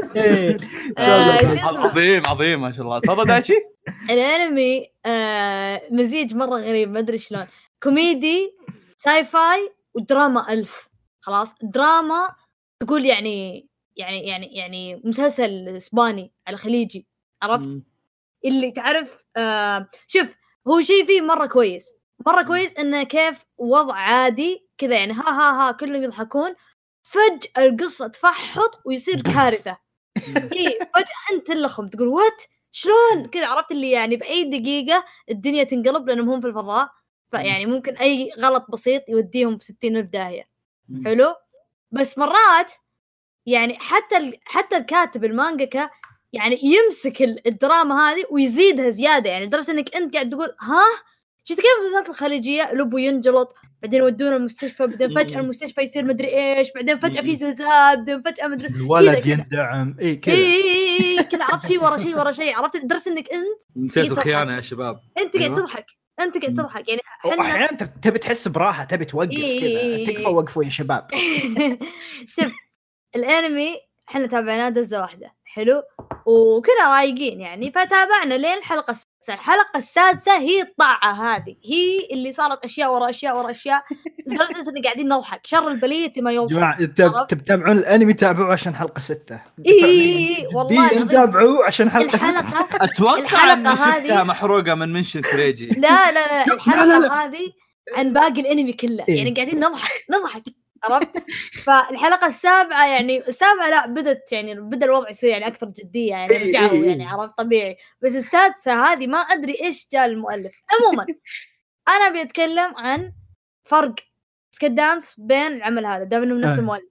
عظيم عظيم ما شاء الله. تفضل دايتشي. الانمي مزيج مره غريب ما ادري شلون، كوميدي ساي فاي ودراما ألف. خلاص دراما تقول يعني يعني يعني يعني مسلسل اسباني على خليجي عرفت م. اللي تعرف. آه شوف هو شيء فيه مرة كويس مرة كويس انه كيف وضع عادي كذا يعني ها ها ها كلهم يضحكون، فجأة القصة تفحط ويصير كارثة. ايه فجأة انت تلخم تقول وات شلون كذا عرفت اللي يعني بأي دقيقة الدنيا تنقلب لأنهم هم في الفضاء، فيعني ممكن أي غلط بسيط يوديهم في ستين ألف داهية. حلو بس مرات يعني حتى حتى الكاتب المانجاكا يعني يمسك الدراما هذه ويزيدها زيادة، يعني لدرجة انك انت قاعد تقول ها شفت كيف المسلسلات الخليجية لبو ينجلط بعدين يودونه المستشفى بعدين فجأة المستشفى يصير مدري ايش بعدين فجأة في زلزال بعدين فجأة مدري الولد يندعم اي كذا اي كذا عرفت شيء ورا شيء ورا شيء عرفت لدرجة انك انت نسيت الخيانة يا شباب انت قاعد تضحك انت قاعد تضحك يعني احيانا تبي تحس براحة تبي توقف كذا تكفى وقفوا يا شباب. شوف الانمي احنا تابعناه دزة واحدة حلو وكنا رايقين يعني فتابعنا لين الحلقة السادسة. الحلقة السادسة هي الطاعة هذه هي اللي صارت أشياء ورا أشياء ورا أشياء لدرجة إن قاعدين نضحك شر البلية ما يوضح. جماعة تتابعون الأنمي تابعوه عشان حلقة ستة. إيه والله تابعوه عشان حلقة ستة. أتوقع إني شفتها محروقة من منشن كريجي. لا لا لا الحلقة هذه عن باقي الأنمي كله يعني قاعدين نضحك نضحك عرفت. فالحلقة السابعة يعني السابعة لا بدت يعني بدأ الوضع يصير يعني أكثر جدية يعني رجعوا يعني عرفت طبيعي. بس السادسة هذه ما أدري إيش جاء المؤلف. عموما أنا بيتكلم عن فرق سكيد دانس بين العمل هذا دام إنه نفس المؤلف.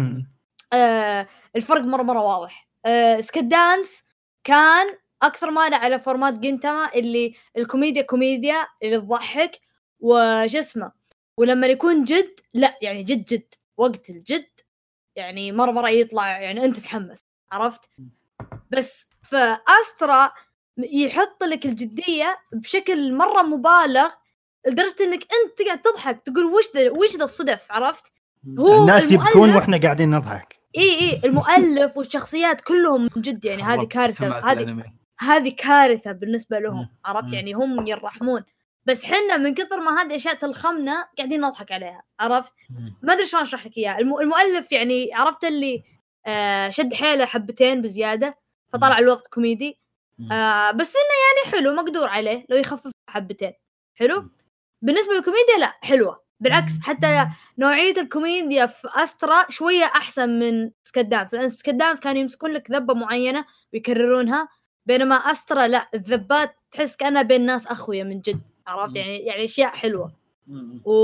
آه الفرق مرة مرة واضح. آه سكيد دانس كان أكثر ماله على فورمات جينتاما اللي الكوميديا كوميديا اللي تضحك وش اسمه، ولما يكون جد لا يعني جد جد وقت الجد يعني مرة مرة يطلع يعني أنت تتحمس عرفت. بس فأسترا يحط لك الجدية بشكل مرة مبالغ لدرجة إنك أنت قاعد تضحك تقول وش ذا وش ذا الصدف عرفت. هو الناس يبكون وإحنا قاعدين نضحك. إيه إيه المؤلف والشخصيات كلهم من جد يعني هذه كارثة هذه هذه كارثة بالنسبة لهم عرفت يعني هم يرحمون. بس حنا من كثر ما هذه أشياء تلخمنا قاعدين نضحك عليها عرفت. ما أدري شلون أشرح لك إياها. المؤلف يعني عرفت اللي آه شد حيله حبتين بزيادة فطلع الوضع كوميدي آه بس إنه يعني حلو مقدور عليه لو يخفف حبتين حلو. بالنسبة للكوميديا لا حلوة بالعكس حتى نوعية الكوميديا في أسترا شوية أحسن من سكيد دانس لأن سكيد دانس كانوا يمسكون لك ذبة معينة ويكررونها بينما أسترا لا الذبات تحس كأنها بين ناس أخويا من جد عرفت يعني يعني أشياء حلوة و...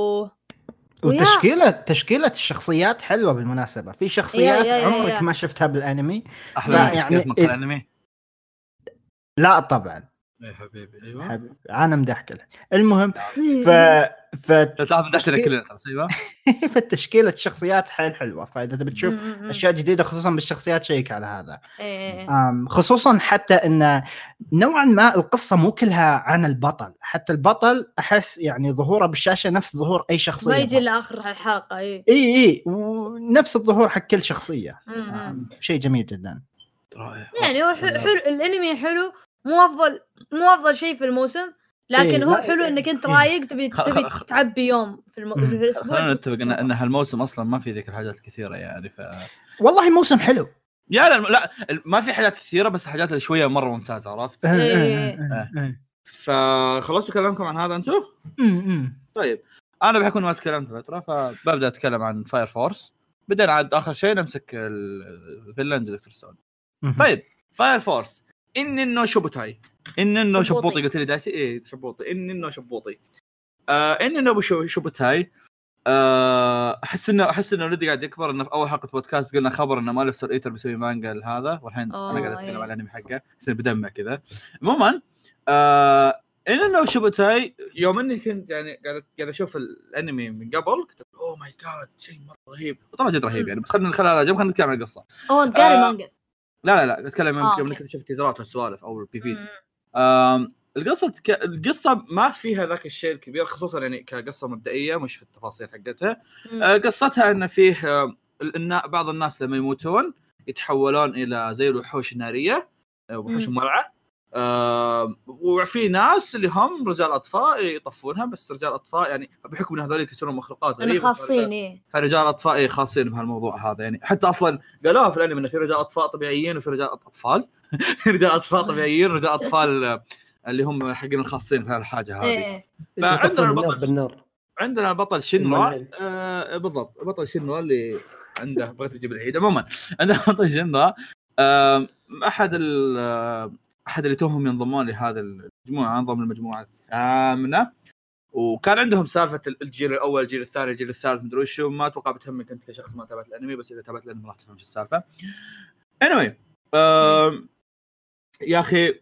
وتشكيلة تشكيلة الشخصيات حلوة بالمناسبة. في شخصيات يا يا يا عمرك يا. ما شفتها بالأنمي. أحلى من تشكيلة مقال الأنمي. لا طبعا يا حبيبي أيوة حبيبي. أنا مدحك له. المهم ف ف تعرف مدحتنا كلنا أيوة. فالتشكيلة الشخصيات حيل حلوة فإذا تبي تشوف أشياء جديدة خصوصا بالشخصيات شيك على هذا. خصوصا حتى إن نوعا ما القصة مو كلها عن البطل حتى البطل أحس يعني ظهوره بالشاشة نفس ظهور أي شخصية ما يجي لآخر الحلقة. إيه إيه إيه ونفس الظهور حق كل شخصية. شيء جميل جدا يعني هو حلو الأنمي حلو مو أفضل مو أفضل شيء في الموسم لكن إيه، هو لا، حلو انك انت رايق تبي خ- تبي خ- تعبي يوم في, الم... في الاسبوع. خلينا نتفق ان ان هالموسم اصلا ما في ذيك الحاجات الكثيره يعني ف والله موسم حلو. يا لا, لا ما في حاجات كثيره بس الحاجات اللي شويه مره ممتازه عرفت. فخلصتوا كلامكم عن هذا انتم؟ طيب انا بحكم ما تكلمت فتره فببدا اتكلم عن فاير فورس. بدنا عاد اخر شيء نمسك الفيلاند دكتور ستون. طيب فاير فورس ان انه شبوتاي ان انه شبوطي قلت لي داتي ايه شبوطي ان انه شبوطي آه ان انه شبوتاي آه احس انه احس انه ولدي قاعد يكبر. انه في اول حلقه بودكاست قلنا خبر انه مؤلف سول ايتر بيسوي مانجا هذا والحين انا قاعد اتكلم عن الانمي حقه بس بدمع كذا. عموما آه ان انه شبوتاي يوم اني كنت يعني قاعد قاعد اشوف الانمي من قبل كنت اوه ماي جاد شيء مره رهيب وطلع جد رهيب يعني. بس خلينا نخلي هذا جنب خلينا نتكلم عن القصه. اوه انت قاري مانجا؟ لا لا لا اتكلم آه يوم كنت شفت تيزرات والسوالف او البي فيز. القصه ك... القصه ما فيها ذاك الشيء الكبير خصوصا يعني كقصه مبدئيه مش في التفاصيل حقتها. آه قصتها ان فيه آه النا... بعض الناس لما يموتون يتحولون الى زي الوحوش الناريه وحوش مولعه. آه وفي ناس اللي هم رجال اطفاء يطفونها بس رجال اطفاء يعني بحكم ان هذول يكسرون مخلوقات غريبه خاصين ايه فرجال اطفاء خاصين بهالموضوع هذا يعني. حتى اصلا قالوها في الانمي انه في رجال اطفاء طبيعيين وفي رجال اطفال في رجال اطفال طبيعيين ورجال اطفال اللي هم حقين الخاصين في هالحاجه هذه. إيه. فعندنا البطل بالنار عندنا البطل شينرا آه بالضبط بطل شينرا اللي عنده بغيت اجيب العيد. عموما عندنا بطل شينرا آه احد احد اللي توهم ينضمون لهذا المجموعه انضم للمجموعه الثامنه وكان عندهم سالفه الجيل الاول الجيل الثاني الجيل الثالث مدري وشو. ما اتوقع بتهمك انت كشخص ما تابعت الانمي بس اذا تابعت الانمي راح تفهم ايش السالفه. anyway آه يا اخي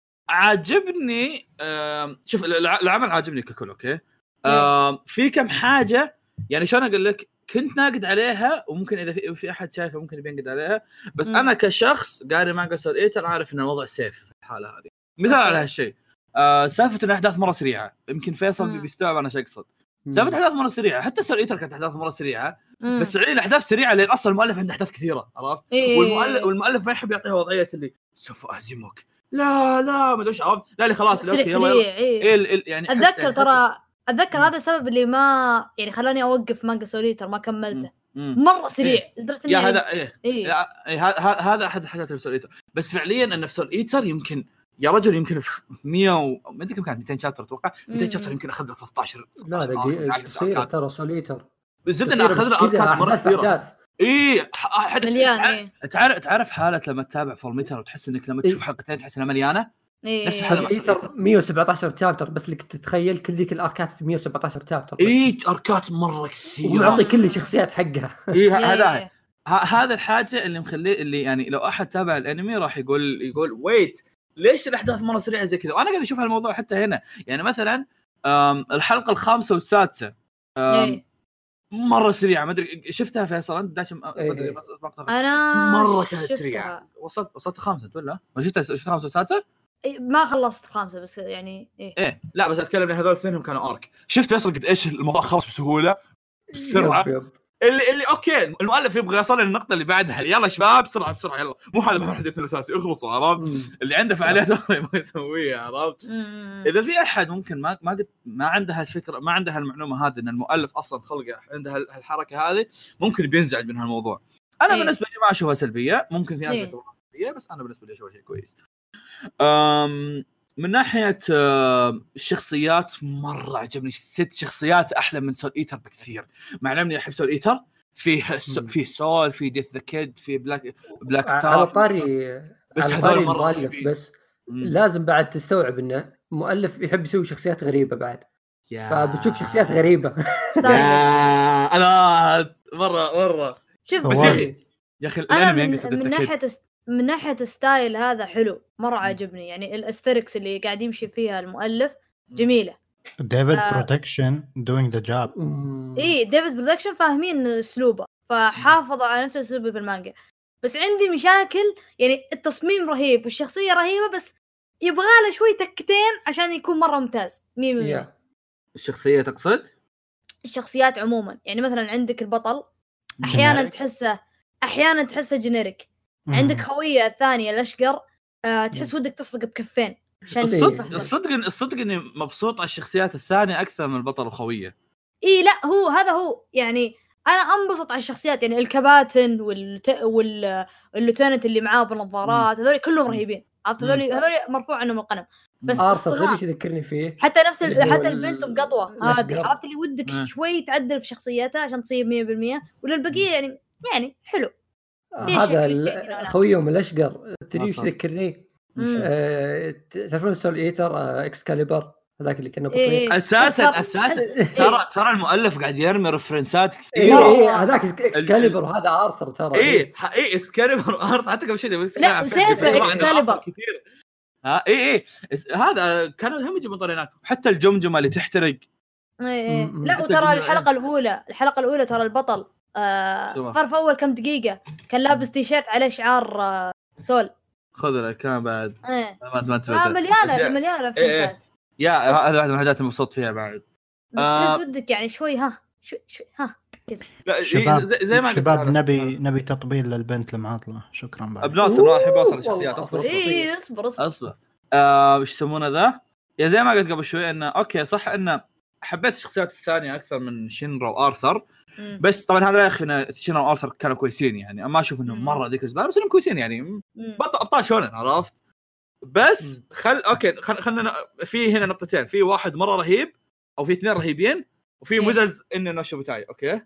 عاجبني آه شوف العمل عاجبني ككل اوكي. آه في كم حاجه يعني شلون اقول لك كنت ناقد عليها وممكن اذا في, في احد شايفه ممكن ينقد عليها بس م. انا كشخص قاري مانجا سول ايتر عارف ان الوضع سيف في الحاله هذه. مثال على هالشيء آه سالفه الاحداث مره سريعه يمكن فيصل م. بيستوعب انا ايش اقصد. سالفه الاحداث مره سريعه حتى سول ايتر كانت احداث مره سريعه م. بس فعليا الاحداث سريعه لان اصلا المؤلف عنده احداث كثيره عرفت. إيه. والمؤلف والمؤلف ما يحب يعطيها وضعيه اللي سوف اهزمك لا لا ما ادري ايش عرفت. لا لي خلاص لا يلا إيه يعني اتذكر ترى اتذكر هذا السبب اللي ما يعني خلاني اوقف مانجا سول ايتر ما كملته. مم. مره سريع لدرجه إيه. يا هذا ايه, إيه. إيه. هذا احد الحاجات في سول ايتر بس فعليا ان في سول ايتر يمكن يا رجل يمكن في مية و... ما ادري كم كانت مئتين شابتر اتوقع مئتين شابتر يمكن اخذ ثلاثة عشر لا دقيقه قصيره ترى سول ايتر بالزبده انه اخذ اركات مره كثيره. اي حد مليان تعرف تعرف حاله لما تتابع فورميتر وتحس انك لما تشوف حلقتين تحس انها مليانه. إيه. نفس الحاله ايتر مية وسبعة عشر شابتر بس لك تتخيل كل ذيك الاركات في مية وسبعة عشر شابتر. اي اركات مره كثيره ومعطي كل الشخصيات حقها. اي هذا هذا الحاجه اللي مخليه اللي يعني لو احد تابع الانمي راح يقول يقول ويت ليش الاحداث مره سريعه زي كذا. وانا قاعد اشوف هالموضوع حتى هنا يعني مثلا الحلقه الخامسه والسادسه مره سريعه ما ادري شفتها فيصل انت داش إيه. انا مره كانت سريعه وصلت وصلت الخامسه ولا ما شفتها شفت الخامسه والسادسه ما خلصت الخامسه بس يعني ايه, إيه. لا بس اتكلم عن هذول الاثنين كانوا ارك. شفت فيصل قد ايش الموضوع خلص بسهوله بسرعه اللي اللي اوكي المؤلف يبغى يصل للنقطه اللي بعدها يلا شباب بسرعه بسرعه يلا مو هذا ما حدث الاساسي اخلصوا عرفت اللي عنده فعاليات يبغى يسويها عرفت. اذا في احد ممكن ما ما ما عنده هالفكره ما عنده هالمعلومه هذه ان المؤلف اصلا خلقه عنده هالحركه هذه ممكن بينزعج من هالموضوع. انا إيه. بالنسبه لي ما اشوفها سلبيه ممكن في ناس إيه. تشوفها سلبيه بس انا بالنسبه لي اشوفها شيء كويس. أم من ناحيه الشخصيات مره عجبني ست شخصيات احلى من سول ايتر بكثير مع اني احب سول ايتر فيه فيه سول في ديث ذا كيد في بلاك بلاك ستار على طاري بس على طاري المؤلف بس مم. لازم بعد تستوعب انه مؤلف يحب يسوي شخصيات غريبه بعد فبتشوف شخصيات غريبه. يا انا مره مره شوف بس يا اخي يا اخي الانمي ينقص من ناحيه من ناحيه ستايل هذا حلو مره عجبني يعني الاستريكس اللي قاعد يمشي فيها المؤلف جميله. ديفيد برودكشن دوينج ذا جوب. اي ديفيد برودكشن فاهمين اسلوبه فحافظوا على نفس اسلوبه في المانجا. بس عندي مشاكل يعني التصميم رهيب والشخصيه رهيبه بس يبغى له شوي تكتين عشان يكون مره ممتاز. مين yeah. الشخصيه تقصد الشخصيات عموما يعني مثلا عندك البطل احيانا تحسه احيانا تحسه جينيريك. عندك خويه الثانيه الاشقر أه تحس ودك تصفق بكفين الصدق الصدق الصدق اني مبسوط على الشخصيات الثانيه اكثر من البطل الخويه. اي لا هو هذا هو يعني انا انبسط على الشخصيات يعني الكباتن والت... وال اللوتننت اللي معاه بالنظارات هذول كلهم رهيبين عرفت هذول هذول مرفوع عنهم القلم بس الصغار ايش يذكرني فيه حتى نفس ال... حتى البنت بقطوه هذه عرفت اللي ودك م. شوي تعدل في شخصيتها عشان تصير مية بالمية ولا البقيه يعني يعني حلو هذا خويهم الاشقر تدري ايش يذكرني آه... تعرفون سول ايتر آه... اكسكاليبر هذاك اللي كنا بطريق إيه اساسا اساسا ترى ترى المؤلف قاعد يرمي ريفرنسات كثير ايه هذاك اكسكاليبر وهذا ارثر ترى ايه ايه اكسكاليبر ارثر حتى قبل شيء لا سيف اكسكاليبر كثير ها ايه ايه هذا كانوا هم يجيبون طريق هناك وحتى الجمجمه اللي تحترق ايه لا وترى الحلقه الاولى الحلقه الاولى ترى البطل آه في اول كم دقيقه كان لابس تيشيرت عليه شعار آه سول خذ لك كان بعد ايه ما ما آه مليانه مليانه فلوسات يا هذا واحد من الحاجات اللي مبسوط فيها بعد آه تحس ودك يعني شوي ها شوي شوي ها كذا شباب زي, زي ما شباب نبي نبي تطبيل للبنت المعاطله شكرا بعد بنوصل نروح نحب اوصل الشخصيات اصبر اصبر اي اصبر اصبر اصبر آه ايش يسمونه ذا يا زي ما قلت قبل شوي انه اوكي صح انه حبيت الشخصيات الثانيه اكثر من شينرا وارثر مم. بس طبعا هذا لا يخفي ان شينرا وارثر كانوا كويسين يعني ما اشوف انهم مره ذيك الزباله بس انهم كويسين يعني بطل ابطال شونن عرفت بس مم. خل اوكي خل... خلينا في هنا نقطتين في واحد مره رهيب او في اثنين رهيبين وفي مزز انه نشو بتاعي اوكي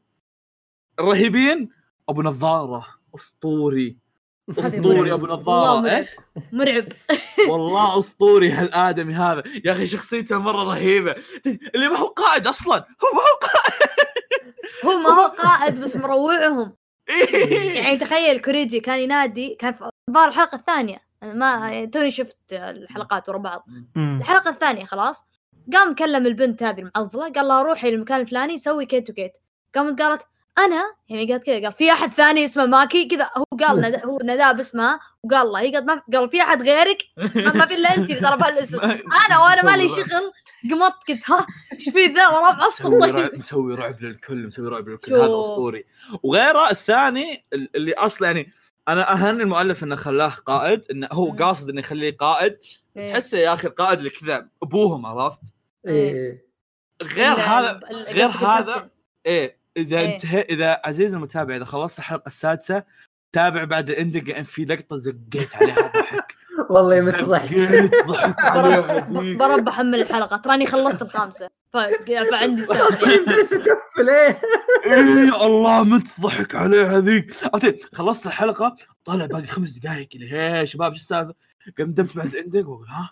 الرهيبين ابو نظاره اسطوري اسطوري ابو نظاره ايش مرعب والله اسطوري هالادمي هذا يا اخي شخصيته مره رهيبه اللي ما هو قائد اصلا هو ما هو قائد هو ما هو قائد بس مروعهم يعني تخيل كوريجي كان ينادي كان في ظهر الحلقه الثانيه ما يعني توني شفت الحلقات ورا بعض الحلقه الثانيه خلاص قام كلم البنت هذه المعضله قال لها روحي للمكان الفلاني سوي كيت وكيت قامت قالت انا يعني قالت كذا قال في احد ثاني اسمه ماكي كذا هو قال ند... هو نداه باسمها وقال الله هي قالت ما قال في احد غيرك ما في الا انت ترى بهالاسم انا وانا مالي شغل قمت قلت ها ايش في ذا ورا معصب مسوي رعب للكل مسوي رعب للكل هذا اسطوري وغيره الثاني اللي اصلا يعني انا اهن المؤلف انه خلاه قائد انه هو قاصد انه يخليه قائد تحسه يا اخي القائد اللي كذا ابوهم عرفت ايه غير هذا غير هذا ايه اذا إيه؟ انت اذا عزيز المتابع اذا خلصت الحلقه السادسه تابع بعد الاندنج ان في لقطه زقيت عليها ضحك والله متضحك ضحك عليها برب بحمل الحلقه تراني خلصت الخامسه فعندي ساعه بس تقفل ايه ايه الله متضحك عليها ذيك خلصت الحلقه طالع باقي خمس دقائق اللي هي شباب ايش السالفه قدمت بعد الاندنج واقول ها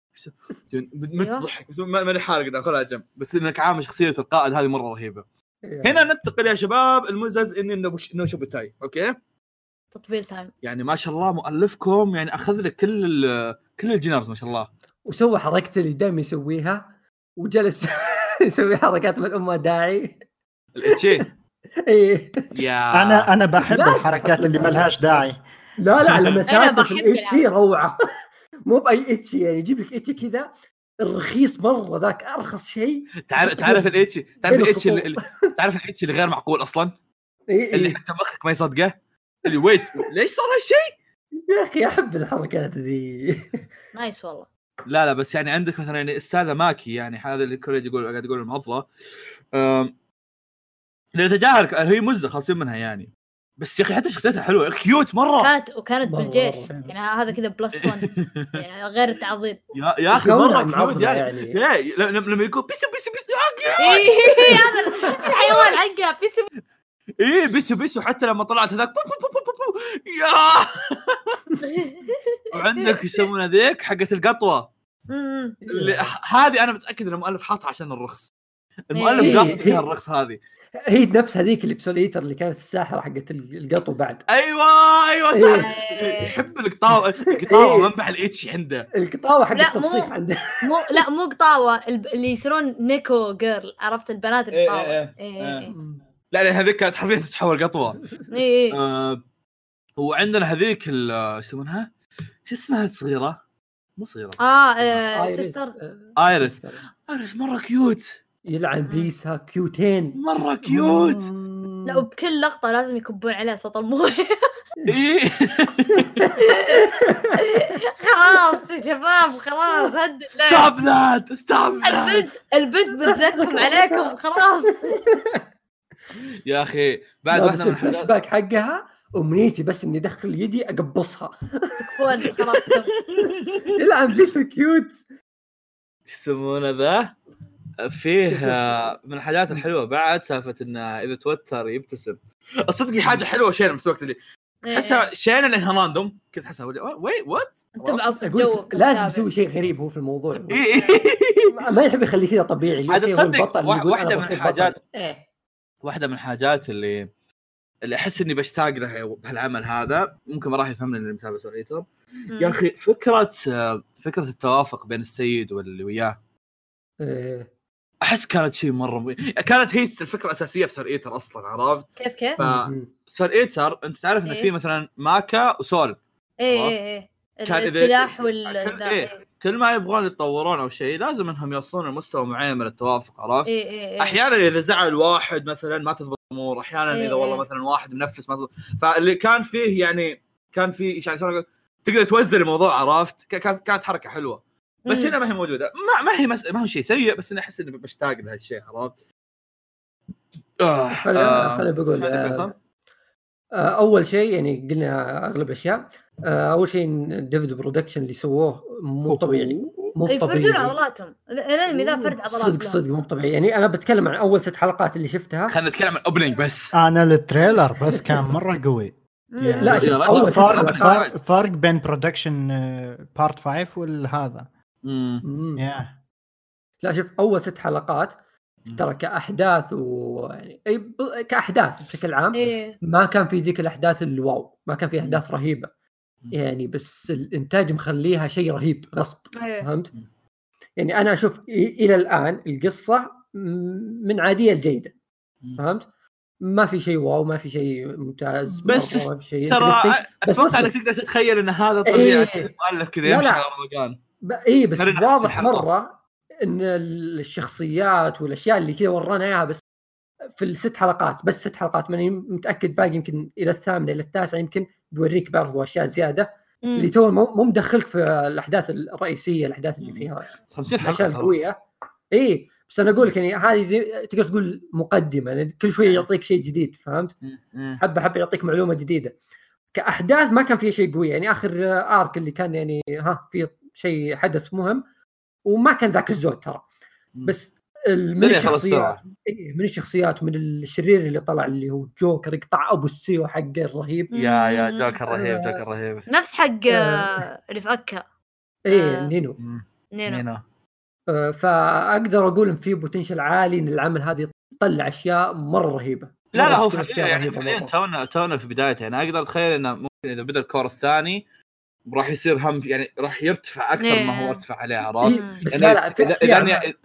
متضحك ما لي حارق داخلها جنب بس انك عامل شخصيه القائد هذه مره رهيبه هنا ننتقل يا شباب المزز اني انه شو بتاي اوكي تطبيل تايم يعني ما شاء الله مؤلفكم يعني اخذ لك كل كل الجينرز ما شاء الله وسوى حركته اللي دائما يسويها وجلس يسوي حركات من امه داعي الاتشي ايه يا انا انا بحب الحركات اللي ما لهاش داعي لا لا لما سالفه الاتشي روعه مو باي اتشي يعني يجيب لك اتشي كذا الرخيص مره ذاك ارخص شيء تعرف تعرف الاتش تعرف الاتش اللي تعرف الاتش اللي غير معقول اصلا إيه اللي حتى مخك ما يصدقه اللي ويت ليش صار هالشيء يا اخي احب الحركات ذي نايس والله لا لا بس يعني عندك مثلا يعني استاذه ماكي يعني هذا اللي كوريج يقول قاعد يقول المعضله امم نتجاهل هي مزه خاصين منها يعني بس يا اخي حتى شخصيتها حلوه كيوت مره كانت وكانت بالجيش يعني هذا كذا بلس واحد يعني غير التعظيم يا يا اخي مره كيوت يعني, يعني. لما يقول بيسو بيسو بيسو هذا الحيوان حقه بيسو ايه بيسو بيسو حتى لما طلعت هذاك يا وعندك يسمونها ذيك حقه القطوه اللي هذه انا متاكد ان المؤلف حاطها عشان الرخص المؤلف قاصد فيها الرخص هذه هي نفس هذيك اللي بسوليتر اللي كانت الساحره حقت القطو بعد ايوه ايوه صح إيه. يحب القطاوه القطاوه منبع الاتش عنده القطاوه حق التفسيخ عنده مو لا مو قطاوه اللي يصيرون نيكو جيرل عرفت البنات القطاوه إيه إيه إيه. إيه. لا لا هذيك كانت حرفيا تتحول قطوه اي آه وعندنا هذيك يسمونها شو اسمها الصغيره مو صغيره اه, آه سيستر ايريس ايريس مره كيوت يلعن بيسها كيوتين مره كيوت لا وبكل لقطه لازم يكبون عليه صوت المويه ايه خلاص شباب خلاص هد ستوب ذات ستوب ذات البنت البنت بتزكم عليكم خلاص. يا اخي بعد لا، بس واحده من الفلاش الحاجات باك حقها امنيتي بس اني ادخل يدي اقبصها. تكفون خلاص تم. يلعب لي سو كيوت. ايش يسمونه ذا فيه آه، من الحاجات الحلوه بعد سالفه انه اذا توتر يبتسم. الصدق حاجه حلوه شيء بس وقت اللي تحسها شيء انها راندوم كنت تحسها وي وات انت معصب اقول جوك لازم يسوي شيء غريب هو في الموضوع. إيه. ما يحب يخليه كذا طبيعي. عاد أوكي، هو تصدق البطل اللي وا- يقول واحدة أنا من بصير الحاجات- بطل. إيه. واحده من الحاجات اللي اللي احس اني بشتاق لها بهالعمل هذا ممكن ما راح يفهمني اللي متابع سوليتر. يا اخي فكره فكره التوافق بين السيد واللي وياه إيه. احس كانت شيء مره مي... كانت هي الفكره الاساسيه في سر ايتر اصلا عرفت. كيف كيف؟ مم. فسر ايتر انت تعرف ان إيه. في مثلا ماكا وسول ايه عرفت؟ ايه ايه كان إذا- السلاح كل- وال ذا، إيه. إيه. كل ما يبغون يتطورون او شيء لازم انهم يوصلون لمستوى معين من التوافق عرفت. إيه إيه إيه. احيانا اذا زعل واحد مثلا ما تضبط الامور احيانا إيه اذا والله إيه. مثلا واحد منفس ما تضبط. فاللي كان فيه يعني كان في يعني شلون اقول تقدر توزن الموضوع عرفت. ك- كانت كانت حركه حلوه بس مم. هنا ما هي موجوده. ما, ما هي مس... ما هو شيء سيء بس انا احس اني بشتاق لهالشيء عرفت. آه. خلي آه. خلي بقول عندك آه، فيصل؟ آه، اول شيء يعني قلنا اغلب الاشياء. آه، اول شيء ديفيد برودكشن اللي سووه مو طبيعي. مو يفردون طبيعي عضلاتهم الانمي ذا فرد عضلات صدق صدق مو طبيعي. يعني انا بتكلم عن اول ست حلقات اللي شفتها. خلينا نتكلم عن الاوبننج بس. انا التريلر بس كان مره قوي. لا لا، شوف، يا اول ست فرق حلقات فرق, فرق بين برودكشن بارت خمسة والهذا. امم مم. يا لا شوف اول ست حلقات ترى كاحداث ويعني أي ب- كاحداث بشكل عام ايه ما كان في ذيك الاحداث الواو. ما كان في احداث رهيبه يعني بس الانتاج مخليها شيء رهيب غصب. ايه فهمت؟ يعني انا اشوف إ- الى الان القصه م- من عاديه لجيده. فهمت؟ ما في شيء واو ما في شيء ممتاز بس مرة، ما في شيء ترى interesting. بس اتوقع اسمع. انك تقدر تتخيل ان هذا طبيعه إيه. المؤلف كذا لا، يمشي لا. على الروقان. ب... اي بس نريد نحس واضح الحلقة. مره ان الشخصيات والاشياء اللي كذا ورانا اياها بس في الست حلقات بس ست حلقات ماني متاكد باقي يمكن الى الثامنه الى التاسعه يمكن بيوريك برضو اشياء زياده مم. اللي تو مو مو مدخلك في الاحداث الرئيسيه الاحداث اللي فيها خمسين الاشياء حلقه ترى. القويه. اي بس انا اقول لك يعني هذه زي تقدر تقول مقدمه يعني كل شويه يعطيك شيء جديد. فهمت؟ مم. حبه حبه يعطيك معلومه جديده. كاحداث ما كان فيها شيء قوي يعني اخر ارك اللي كان يعني ها في شيء حدث مهم وما كان ذاك الزود ترى. بس من سريع خلاص الشخصيات بسرعة. إيه من الشخصيات ومن الشرير اللي طلع اللي هو جوكر يقطع ابو السيو حقه الرهيب. يا يا جوكر رهيب جوكر رهيب. نفس حق آه، اللي في أكا ايه آه. نينو. نينو نينو. آه، فاقدر اقول ان في بوتنشل عالي ان العمل هذا يطلع اشياء مره رهيبه. لا لا مرة هو تكون فعليا أشياء يعني رهيبة فعليا مرة. تونا تونا في بدايته يعني اقدر اتخيل انه ممكن اذا بدا الكور الثاني راح يصير هم يعني راح يرتفع اكثر ما هو ارتفع عليه عرفت. إيه بس يعني لا لا في, إذا في, إذا أعمال,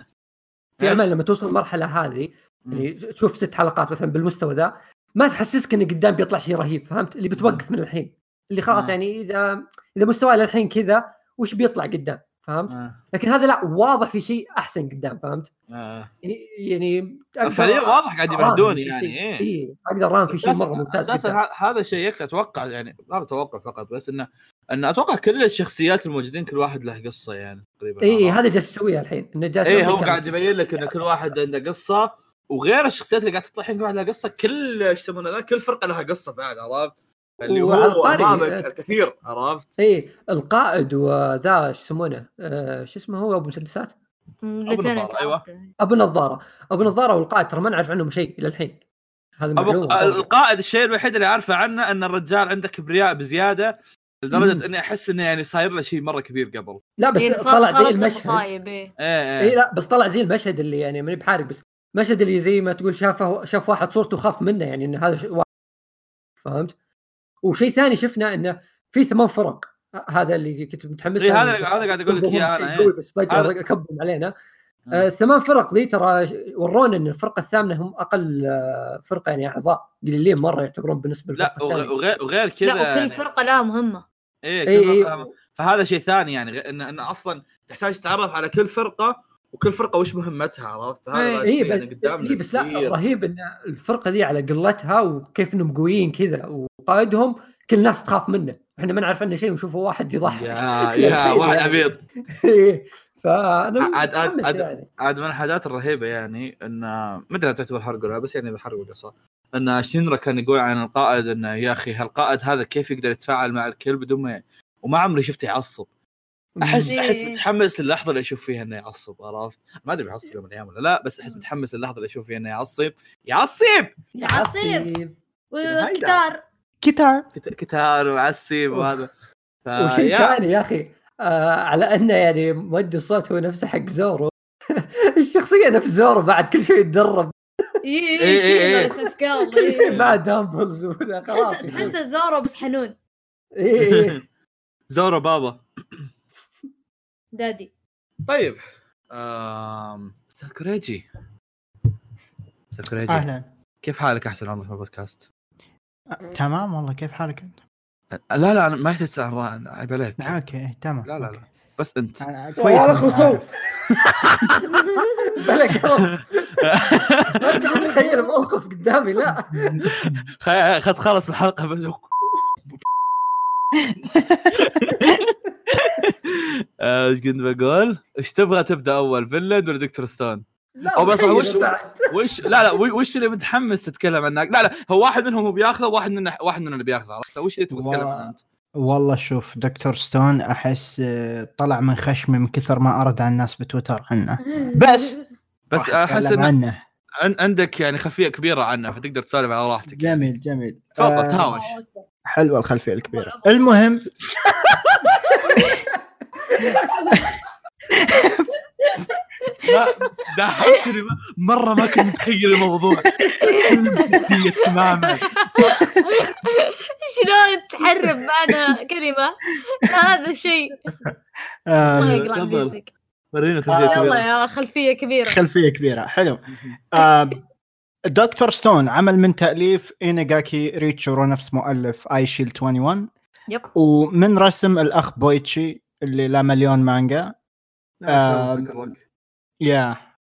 في اعمال لما توصل المرحله هذه يعني تشوف ست حلقات مثلا بالمستوى ذا ما تحسسك ان قدام بيطلع شيء رهيب. فهمت؟ اللي بتوقف من الحين اللي خلاص آه. يعني اذا اذا مستوى الحين كذا وش بيطلع قدام. فهمت؟ آه. لكن هذا لا واضح في شيء احسن قدام. فهمت؟ آه. يعني يعني فعليا واضح قاعد يمهدوني في يعني شيء. ايه ايه اقدر ران في شيء أساساً- مره ممتاز اساسا جدا. ه- هذا شيء يكفي اتوقع يعني هذا توقع فقط بس انه ان اتوقع كل الشخصيات الموجودين كل واحد له قصه يعني تقريبا. اي هذا جالس يسويه الحين انه جالس ايه هو يعطيك قاعد يبين لك ان كل واحد عنده قصه وغير الشخصيات اللي قاعد تطلع الحين كل واحد له قصه. كل ايش يسمونه ذا كل فرقه لها قصه بعد عرفت اللي وعلى هو الطاري- امامك الكثير عرفت. ايه القائد وذا ايش يسمونه آه شو اسمه هو ابو مسدسات الاثنين نظارة، أيوة. ابو نظاره ابو نظاره والقائد ترى ما نعرف عنهم شيء الى الحين. هذا أبو معلومه. القائد الشيء الوحيد اللي عارفه عنه ان الرجال عنده كبرياء بزياده لدرجه مم. اني احس انه يعني صاير له شيء مره كبير قبل. لا بس إيه، طلع صارت زي له المشهد مصايب ايه ايه اي ايه لا بس طلع زي المشهد اللي يعني ماني بحارق بس مشهد اللي زي ما تقول شافه شاف واحد صورته خاف منه يعني ان هذا شيء واحد. فهمت؟ وشيء ثاني شفنا انه في ثمان فرق هذا اللي كنت متحمس إيه، له. هذا هذا قاعد اقول لك اياه انا قوي إيه. بس فجاه هذا- كبهم علينا. آه ثمان فرق ذي ترى ورونا ان الفرقه الثامنه هم اقل آه فرقه يعني اعضاء قليلين مره يعتبرون بالنسبه لا للفرقه وغ- الثانيه. وغير وغير كذا لا وكل يعني فرقة لها مهمة ايه كل إيه، فرقة إيه. هم- فهذا شيء ثاني يعني غ- ان ان اصلا تحتاج تتعرف على كل فرقه وكل فرقه وش مهمتها عرفت. هذا إيه. بعد اي شيء بس يعني قدامنا إيه بس لا كثير. رهيب ان الفرقه ذي على قلتها وكيف انهم قويين كذا وقائدهم كل الناس تخاف منه احنا ما نعرف عنه شيء ونشوفه واحد يضحك يا يا واحد عبيط. فانا عاد عاد عاد, يعني. عاد من الحاجات الرهيبه يعني ان ما ادري تعتبر حرق ولا بس يعني بحرق القصه ان شينرا كان يقول عن القائد انه يا اخي هالقائد هذا كيف يقدر يتفاعل مع الكل بدون ما وما عمري شفته يعصب. احس احس متحمس اللحظه اللي اشوف فيها انه يعصب. عرفت ما ادري بيعصب يوم من الايام ولا لا بس احس متحمس اللحظه اللي اشوف فيها انه يعصب يعصب يعصب وكتار كتار كتار وعصب وهذا. وشيء ثاني يا اخي آه على انه يعني مؤدي الصوت هو نفسه حق زورو الشخصيه نفس زورو بعد كل شيء يتدرب اي اي شيء كل شيء مع دامبلز وذا خلاص تحس زورو بس حنون. اي زورو بابا دادي. طيب امم ساكوريجي ساكوريجي اهلا كيف حالك احسن عضو في البودكاست؟ تمام والله كيف حالك انت؟ لا لا انا ما تسأل عيب عليك. اوكي تمام لا لا لا بس انت كويس يا خصوم بالك ما تتخيل موقف قدامي لا خد خلص الحلقه بس ايش كنت بقول؟ ايش تبغى تبدا اول فينلاند ولا دكتور ستون؟ او بس وش وش لا لا وش اللي متحمس تتكلم عنه؟ لا لا هو واحد منهم هو بياخذه واحد من واحد مننا اللي بياخذه. عرفت وش اللي تبغى تتكلم عنه انت؟ والله شوف دكتور ستون احس طلع من خشمي من كثر ما ارد على الناس بتويتر عنه بس بس احس انه عندك يعني خلفيه كبيره عنه فتقدر تسولف على راحتك. جميل جميل تفضل آه تهاوش. حلوه الخلفيه الكبيره. المهم لا ضحكتني مره ما كنت متخيل الموضوع جديه تماما. شلون تحرب معنا كلمه هذا الشيء ما يقرا ميوزك. ورينا خلفيه كبيره. يلا يا خلفيه كبيره خلفيه كبيره حلو. آه دكتور ستون عمل من تأليف إينيغاكي ريتشورو نفس مؤلف آي شيلد واحد وعشرين يب ومن رسم الأخ بويتشي اللي لا مليون مانجا. آه يا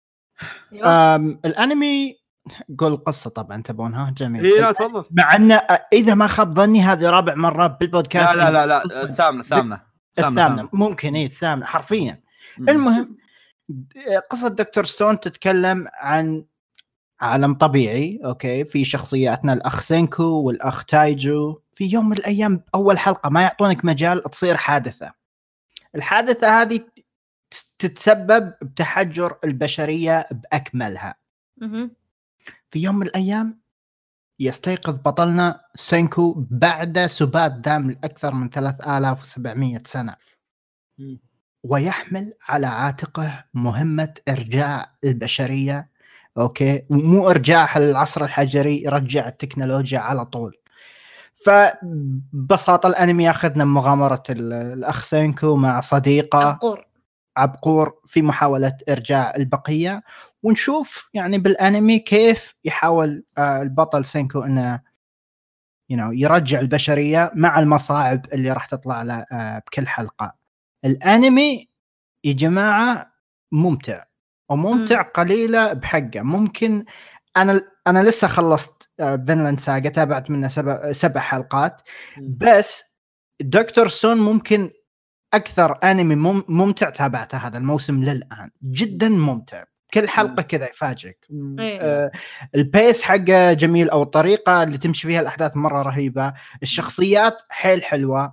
آم الأنمي قول القصة طبعا تبونها جميل. إيه لا تفضل. مع أن إذا ما خاب ظني هذه رابع مرة بالبودكاست. لا لا لا, لا. الثامنة الثامنة الثامنة ممكن إيه الثامنة حرفيا. المهم قصة دكتور ستون تتكلم عن عالم طبيعي أوكي في شخصياتنا الأخ سينكو والأخ تايجو. في يوم من الأيام أول حلقة ما يعطونك مجال تصير حادثة. الحادثة هذه تتسبب بتحجر البشرية بأكملها. في يوم من الأيام يستيقظ بطلنا سينكو بعد سبات دام لأكثر من ثلاثة آلاف وسبعمية سنة ويحمل على عاتقه مهمة إرجاع البشرية أوكي ومو إرجاعها للعصر الحجري يرجع التكنولوجيا على طول. فببساطة الأنمي يأخذنا مغامرة الأخ سينكو مع صديقة عبقور عبقور في محاولة إرجاع البقية ونشوف يعني بالأنمي كيف يحاول البطل سينكو أنه you know, يرجع البشرية مع المصاعب اللي راح تطلع له بكل حلقة. الأنمي يا جماعة ممتع وممتع قليلة بحقه. ممكن أنا أنا لسه خلصت فينلاند ساغا تابعت منه سبع سبع حلقات بس دكتور ستون ممكن أكثر أنمي ممتع تابعته هذا الموسم للآن. جدا ممتع كل حلقة كذا يفاجئك. آه البيس حقه جميل أو الطريقة اللي تمشي فيها الأحداث مرة رهيبة. الشخصيات حيل حلوة.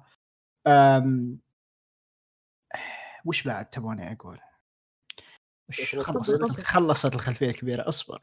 وش بعد تبوني أقول؟ خلصت خلصت الخلفية الكبيرة أصبر.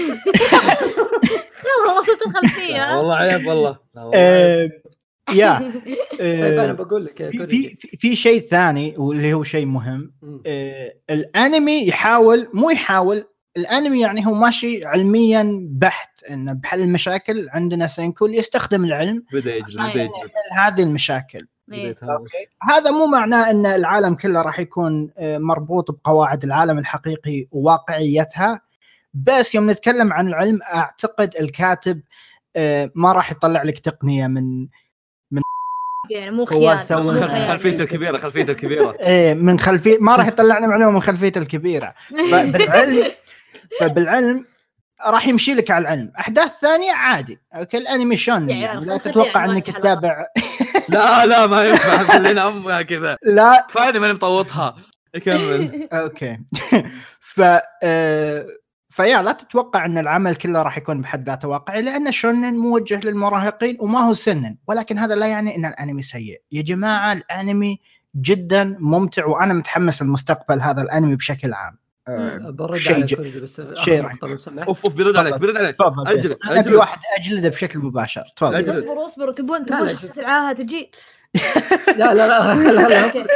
خلصت الخلفية والله عيب والله. يا انا بقول لك في في, في شيء ثاني واللي هو شيء مهم. آه الانمي يحاول مو يحاول الانمي يعني هو ماشي علميا بحت انه بحل المشاكل. عندنا سينكو يستخدم العلم بدا يجري بدا يجري هذه المشاكل. هذا مو معناه ان العالم كله راح يكون مربوط بقواعد العالم الحقيقي وواقعيتها بس يوم نتكلم عن العلم اعتقد الكاتب ما راح يطلع لك تقنية من من يعني مو خيال خلفيته الكبيرة خلفيته الكبيرة ايه من خلفية ما راح يطلعنا معلومة من خلفيته الكبيرة. فبالعلم فبالعلم راح يمشي لك على العلم. احداث ثانيه عادي اوكي الانمي شلون يعني لا تتوقع انك تتابع. لا لا ما ينفع خلينا امها كذا لا فاني ماني مطوطها كمل. اوكي ف آه... فيا لا تتوقع ان العمل كله راح يكون بحد ذاته واقعي لان شونن موجه للمراهقين وما هو سنن، ولكن هذا لا يعني ان الانمي سيء يا جماعه. الانمي جدا ممتع وانا متحمس للمستقبل هذا الانمي بشكل عام. برد شيء على ج... كورجي بس شيء اوف اوف بيرد عليك بيرد عليك اجل انا في واحد اجلده بشكل مباشر. تفضل. اصبروا اصبروا تبون تبون شخصيه العاهه تجي. لا لا لا خلها خلها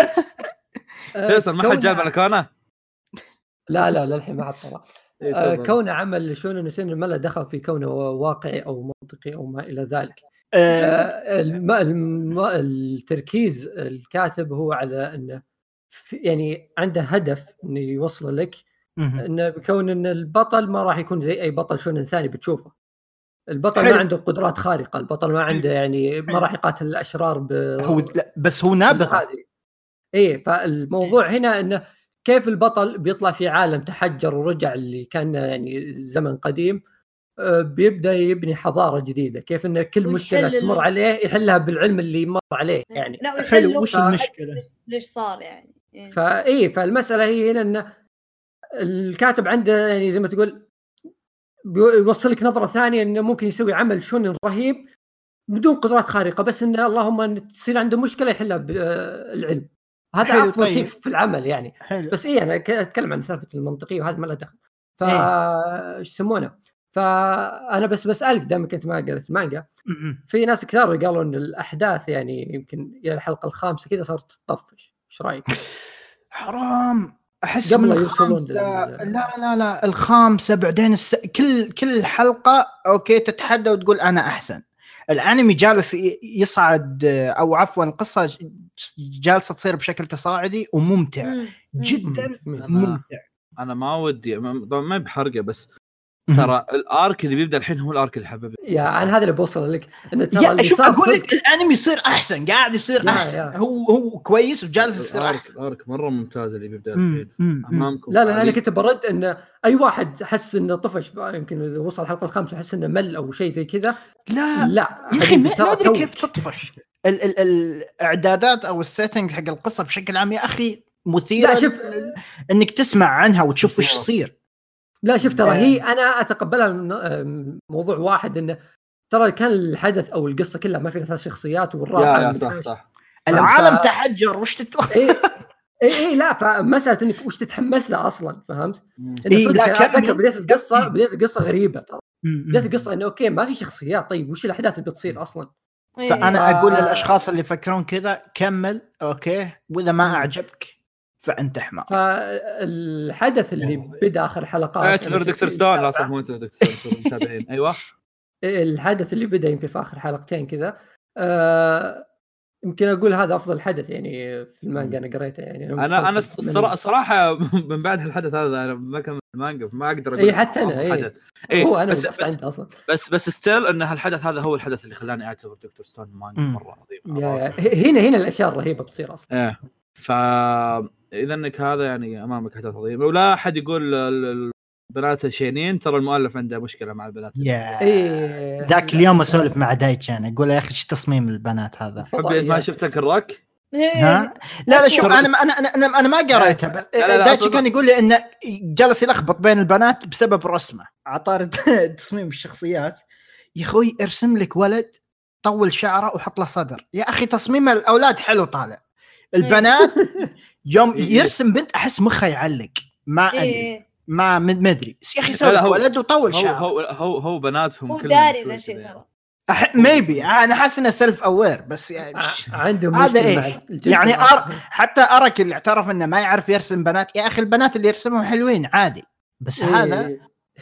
فيصل ما حد جاب بلكونه. لا لا للحين ما عطى. كونه عمل شونن سن ما له دخل في كونه واقعي او منطقي او ما الى ذلك. الم... الم... التركيز الكاتب هو على انه يعني عنده هدف انه يوصل لك انه بكون ان البطل ما راح يكون زي اي بطل شونن ثاني بتشوفه. البطل حلو. ما عنده قدرات خارقه، البطل ما عنده يعني ما راح يقاتل الاشرار ب... هو لا بس هو نابغه. ايه فالموضوع هنا انه كيف البطل بيطلع في عالم تحجر ورجع اللي كان يعني زمن قديم، بيبدا يبني حضاره جديده، كيف ان كل مشكله تمر عليه يحلها بالعلم اللي مر عليه يعني. حلو وش المشكله ليش صار يعني, يعني. فايه فالمساله هي هنا ان الكاتب عنده يعني زي ما تقول بيوصل لك نظره ثانيه انه ممكن يسوي عمل شونن رهيب بدون قدرات خارقه، بس انه اللهم تصير عنده مشكله يحلها بالعلم. هذا افضل شيء في العمل يعني. حلو. بس ايه انا اتكلم عن سالفه المنطقيه وهذا ما له دخل. فايش يسمونه؟ فانا بس بسالك دام كنت ما قرأت المانجا، في ناس كثار قالوا ان الاحداث يعني يمكن الى الحلقه الخامسه كذا صارت تطفش. ايش رايك؟ حرام احس قبل يوصلون لا لا لا الخامسه بعدين الس... كل كل حلقه اوكي تتحدى وتقول انا احسن. الانمي جالس يصعد او عفوا القصه جالسه تصير بشكل تصاعدي وممتع مم. جدا مم. ممتع. انا ما ودي ما بحرقه بس ترى الارك اللي بيبدا الحين هو الارك اللي حببني. يا انا هذا اللي بوصل لك ان ترى اللي صار اقول لك الانمي يصير احسن قاعد يصير احسن يا. هو هو كويس وجالس يصير احسن. الارك مره ممتاز اللي بيبدا الحين امامكم. لا لا انا كنت برد ان اي واحد حس انه طفش يمكن اذا وصل الحلقه الخامسه وحس انه مل او شيء زي كذا. لا لا يا اخي ما ادري كيف تطفش. ال ال الاعدادات او السيتنج حق القصه بشكل عام يا اخي مثيره. لا شوف انك تسمع عنها وتشوف ايش يصير. لا شوف ترى هي انا اتقبلها من موضوع واحد انه ترى كان الحدث او القصه كلها ما فيها ثلاث شخصيات والرابع صح صح العالم ف... تحجر وش تتوقع. اي اي اي لا فمساله انك وش تتحمس له اصلا فهمت. إيه لا اتذكر بدايه القصه بدايه القصه غريبه ترى. بدايه القصه انه اوكي ما في شخصيات طيب وش الاحداث اللي بتصير اصلا. فانا اقول للاشخاص اللي يفكرون كذا كمل اوكي واذا ما اعجبك فانت حمار. فالحدث اللي بدا اخر حلقات اعتبر دكتور ستون. لا صح مو انت دكتور ستون متابعين. ايوه الحدث اللي بدا يمكن في اخر حلقتين كذا آه يمكن اقول هذا افضل حدث يعني في المانجا انا قريته يعني. انا انا, أنا الصراحه الصراحه من بعد الحدث هذا انا ما كملت المانجا ما اقدر اقول. اي حتى انا اي إيه هو انا بس بس, بس اصلا بس بس ستيل ان هالحدث هذا هو الحدث اللي خلاني اعتبر دكتور ستون مانجا مره عظيمه. هنا هنا الاشياء الرهيبه بتصير اصلا. ايه ف اذا انك هذا يعني امامك حدث عظيم ولا احد يقول البنات الشينين ترى المؤلف عنده مشكله مع البنات. ايه ذاك اليوم اسولف مع دايتشان اقول يا اخي ايش تصميم البنات هذا. حبيت ما شفت الروك ها لا لا شوف انا انا انا انا ما قريتها بس دايتشي كان يقول لي انه جالس يلخبط بين البنات بسبب رسمه عطار تصميم الشخصيات. يا اخوي ارسم لك ولد طول شعره وحط له صدر يا اخي تصميم الاولاد حلو طالع. البنات يوم يرسم بنت احس مخه يعلق ما ادري ما مدري يا اخي سوى ولد وطول شعره. هو هو هو بناتهم هو داري ذا شيء ترى أح... ميبي انا حاسس انه سيلف اوير بس يعني عنده مشكله مع يعني أر... حتى ارك اللي اعترف انه ما يعرف يرسم بنات يا اخي البنات اللي يرسمهم حلوين عادي بس إيه. هذا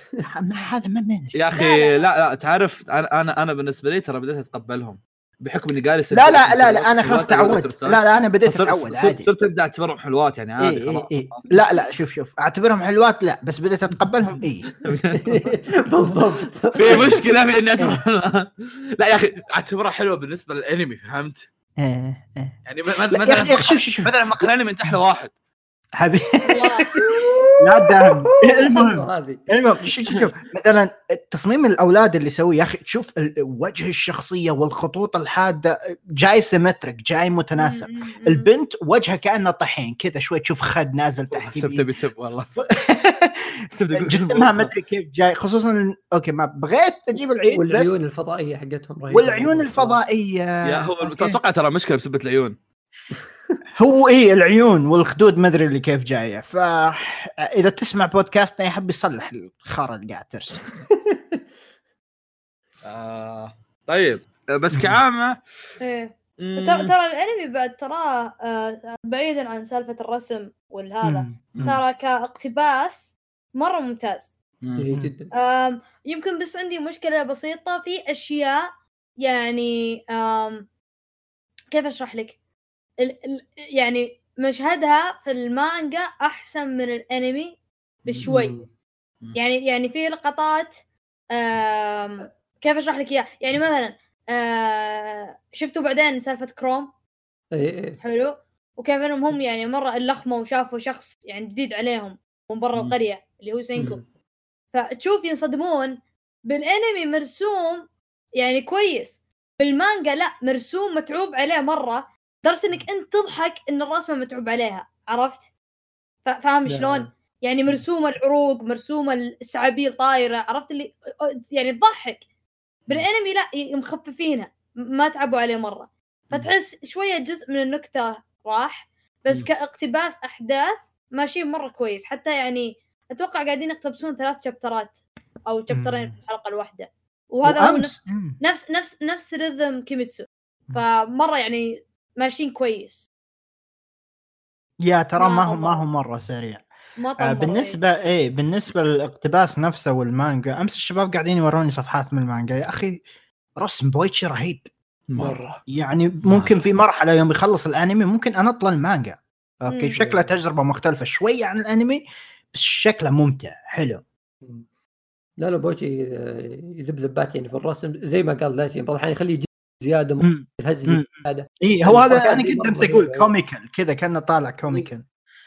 هذا ما مدري يا اخي. لا لا, لا تعرف انا انا انا بالنسبه لي ترى بديت اتقبلهم بحكم اني جالس. لا لا لا لا انا خلاص تعودت. لا لا انا بديت اتعود عادي. صرت ابدا اعتبرهم حلوات يعني عادي إيه خلاص. إيه إيه. لا لا شوف شوف اعتبرهم حلوات لا بس بديت اتقبلهم. اي بالضبط. في مشكله في اني اعتبرها لا يا اخي اعتبرها حلوه بالنسبه للانمي فهمت. ايه ايه يعني مثلا يا اخي شوف شوف مثلا مقهى الانمي انت احلى واحد حبيبي. لا دهم. المهم هذه المهم شوف شوف مثلا تصميم الاولاد اللي يسوي يا اخي تشوف وجه الشخصيه والخطوط الحاده جاي سيمتريك جاي متناسق. البنت وجهها كانه طحين كذا شوي تشوف خد نازل تحت سبت بيسب والله جسمها ما ادري كيف جاي خصوصا اوكي ما بغيت اجيب العيد والعيون الفضائيه حقتهم رهيبه. والعيون الفضائيه يا هو اتوقع ترى مشكله بسبه العيون. هو ايه العيون والخدود ما ادري اللي كيف جايه. فاذا تسمع بودكاستنا يحب يصلح الخرا اللي قاعد ترسل. آه طيب بس كعامه ايه ترى ترى الانمي بعد تراه آه بعيدا عن سالفه الرسم والهذا ترى كاقتباس مره ممتاز جدا. آم يمكن بس عندي مشكله بسيطه في اشياء يعني آم كيف اشرح لك ال ال يعني مشهدها في المانجا احسن من الانمي بشوي. يعني يعني في لقطات آم كيف اشرح لك اياها يعني مثلا آه شفتوا بعدين سالفه كروم ايه حلو وكيف انهم هم يعني مره اللخمه وشافوا شخص يعني جديد عليهم من برا القريه اللي هو سينكو. فتشوف ينصدمون بالانمي مرسوم يعني كويس بالمانجا لا مرسوم متعوب عليه مره درس انك انت تضحك ان الرسمه متعوب عليها عرفت فاهم شلون يعني مرسومه العروق مرسومه السعابيل طايره عرفت اللي يعني تضحك. بالانمي لا مخففينها ما تعبوا عليه مره فتحس شويه جزء من النكته راح بس كاقتباس احداث ماشي مره كويس. حتى يعني اتوقع قاعدين يقتبسون ثلاث شابترات او شابترين في الحلقه الواحده وهذا هو نفس نفس نفس نفس ريذم كيميتسو فمره يعني ماشيين كويس. يا ترى ما هو ما هو مره سريع آه بالنسبه إيه. ايه بالنسبه للاقتباس نفسه والمانجا امس الشباب قاعدين يوروني صفحات من المانجا يا اخي رسم بويتشي رهيب مره يعني ممكن في مرحله يوم يخلص الانمي ممكن انطل المانجا. اوكي شكله تجربه مختلفه شويه عن الانمي بس شكله ممتع حلو. لا لا بويتشي يذبذبات يعني في الرسم زي ما قال لاتي بعض الحين يخليه زياده يهز زياده. اي هو هذا انا كنت امس اقول كوميكال كذا كانه طالع كوميكال.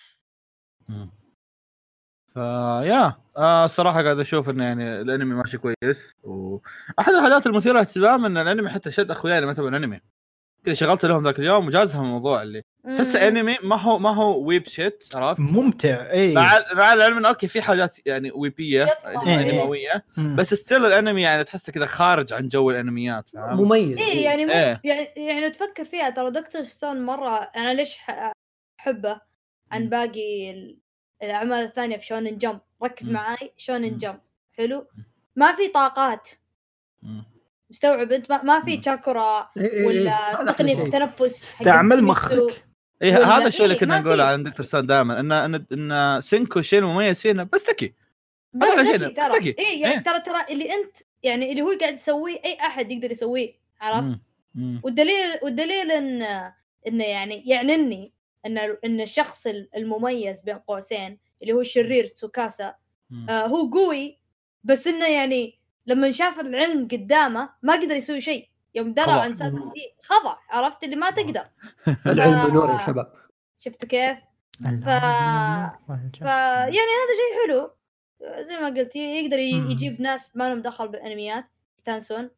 فيا آه صراحه قاعد اشوف انه يعني الانمي ماشي كويس واحد الحاجات المثيره اهتمام ان الانمي حتى شد اخوياي اللي ما تابعوا الانمي كذا شغلت لهم ذاك اليوم وجازهم الموضوع اللي تحس انمي ما هو ما هو ويب شيت عرفت ممتع اي مع مع العلم انه اوكي في حاجات يعني ويبيه انمويه بس ستيل الانمي يعني تحسه كذا خارج عن جو الانميات فاهم مميز اي يعني مو إيه. يعني يعني تفكر فيها ترى دكتور ستون مره انا ليش احبه عن باقي الأعمال الثانية في شونن جمب ركز معاي شونن جمب حلو ما في طاقات مستوعب انت ما في تشاكرا ولا تقنية التنفس استعمل مخك. ايه هذا الشيء اللي كنا نقوله عن دكتور ستون دائما ان ان ان سينكو الشيء المميز فينا بس ذكي بس ذكي ايه يعني ترى ترى اللي انت يعني اللي هو قاعد يسويه اي احد يقدر يسويه عرفت. والدليل والدليل ان انه يعني يعنني ان ان الشخص المميز بين قوسين اللي هو الشرير تسوكاسا آه هو قوي بس انه يعني لما شاف العلم قدامه ما قدر يسوي شيء يوم درى عن سالفه دي خضع عرفت اللي ما تقدر. العلم نور يا شباب شفت كيف ف... ف يعني هذا شيء حلو زي ما قلت يقدر يجيب ناس ما لهم دخل بالانميات يستانسون.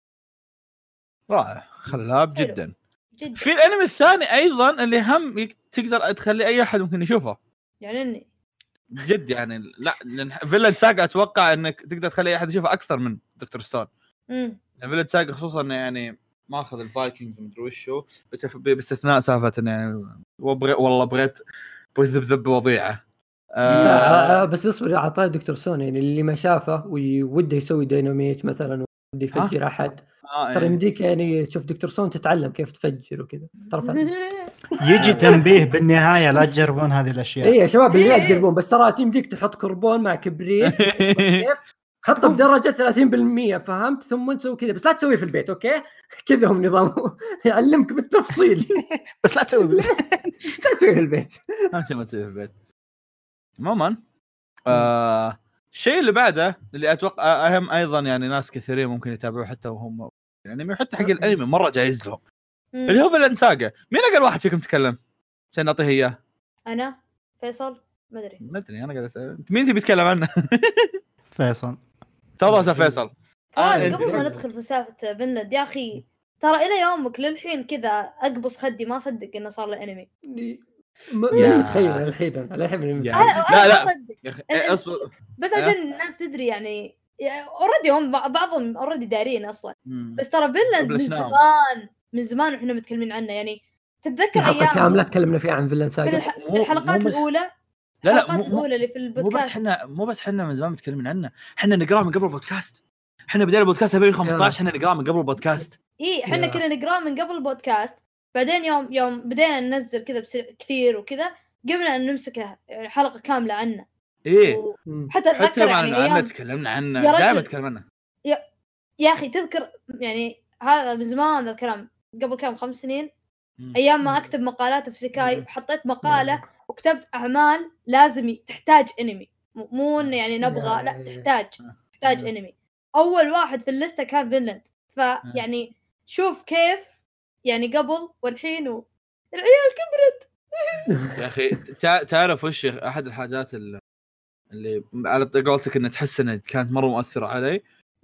رائع خلاب جدا. جدا في الانمي الثاني ايضا اللي هم تقدر تخلي اي احد ممكن يشوفه يعني اني جد يعني لا لان فيلن ساغا اتوقع انك تقدر تخلي اي احد يشوفه اكثر من دكتور ستون. امم يعني فيلن ساغا خصوصا انه يعني ما اخذ الفايكنجز ومدري وشو باستثناء سالفه يعني والله بغيت بغيت ذبذب وضيعه آه بس اصبر على طاري دكتور ستون يعني اللي ما شافه ويوده يسوي ديناميت مثلا ودي يفجر آه؟ احد آه ترى يمديك يعني تشوف دكتور ستون تتعلم كيف تفجر وكذا ترى يجي تنبيه بالنهايه لا تجربون هذه الاشياء. ايه يا شباب اللي لا تجربون بس ترى يمديك تحط كربون مع كبريت كيف حطه بدرجه ثلاثين بالمية فهمت ثم نسوي كذا بس لا تسويه في البيت اوكي كذا هم نظامه يعلمك بالتفصيل بس لا تسوي بالبيت لا تسويه في البيت ما تسويه في البيت عموما آه الشيء اللي بعده اللي اتوقع اهم ايضا يعني ناس كثيرين ممكن يتابعوه حتى وهم يعني حتى حق الانمي مره جايز لهم اللي هو فيلن ساغا. مين اقل واحد فيكم تكلم عشان نعطيه اياه؟ انا فيصل ما ادري ما ادري انا قاعد اسال مين تبي يتكلم عنه؟ فيصل تفضل يا فيصل. فواز قبل ما ندخل في سالفه فينلاند يا اخي ترى الى يومك للحين كذا اقبص خدي ما صدق انه صار له انمي. ما متخيل الحين انا الحين لا لا يا اخي اصبر بس عشان الناس تدري يعني اوريدي هم بعضهم اوريدي دارين اصلا. بس ترى فينلاند من زمان من زمان واحنا متكلمين عنه يعني تتذكر ايام كامله تكلمنا فيها عن فينلاند ساغا الح... الحلقات الاولى. لا لا الحلقات الاولى اللي في البودكاست مو بس احنا مو بس احنا من زمان متكلمين عنه احنا نقراه من قبل البودكاست. احنا بدينا البودكاست ألفين وخمسطعش احنا نقراه من قبل البودكاست. اي احنا كنا نقراه من قبل البودكاست بعدين يوم يوم بدينا ننزل كذا كثير وكذا قبلنا ان نمسكه حلقه كامله عنه. ايه و... حتى اتذكر يعني ايام تكلمنا عنه دائما تكلمنا عنه يا... يا اخي تذكر يعني هذا من زمان الكلام قبل كم خمس سنين مم. ايام ما اكتب مقالات في سكاي حطيت مقاله وكتبت اعمال لازم تحتاج انمي مو يعني نبغى لا تحتاج تحتاج انمي. اول واحد في الليسته كان فينلاند فيعني شوف كيف يعني قبل والحين و... العيال كبرت يا اخي تعرف وش احد الحاجات اللي اللي على قولتك انه تحس انها كانت مره مؤثره علي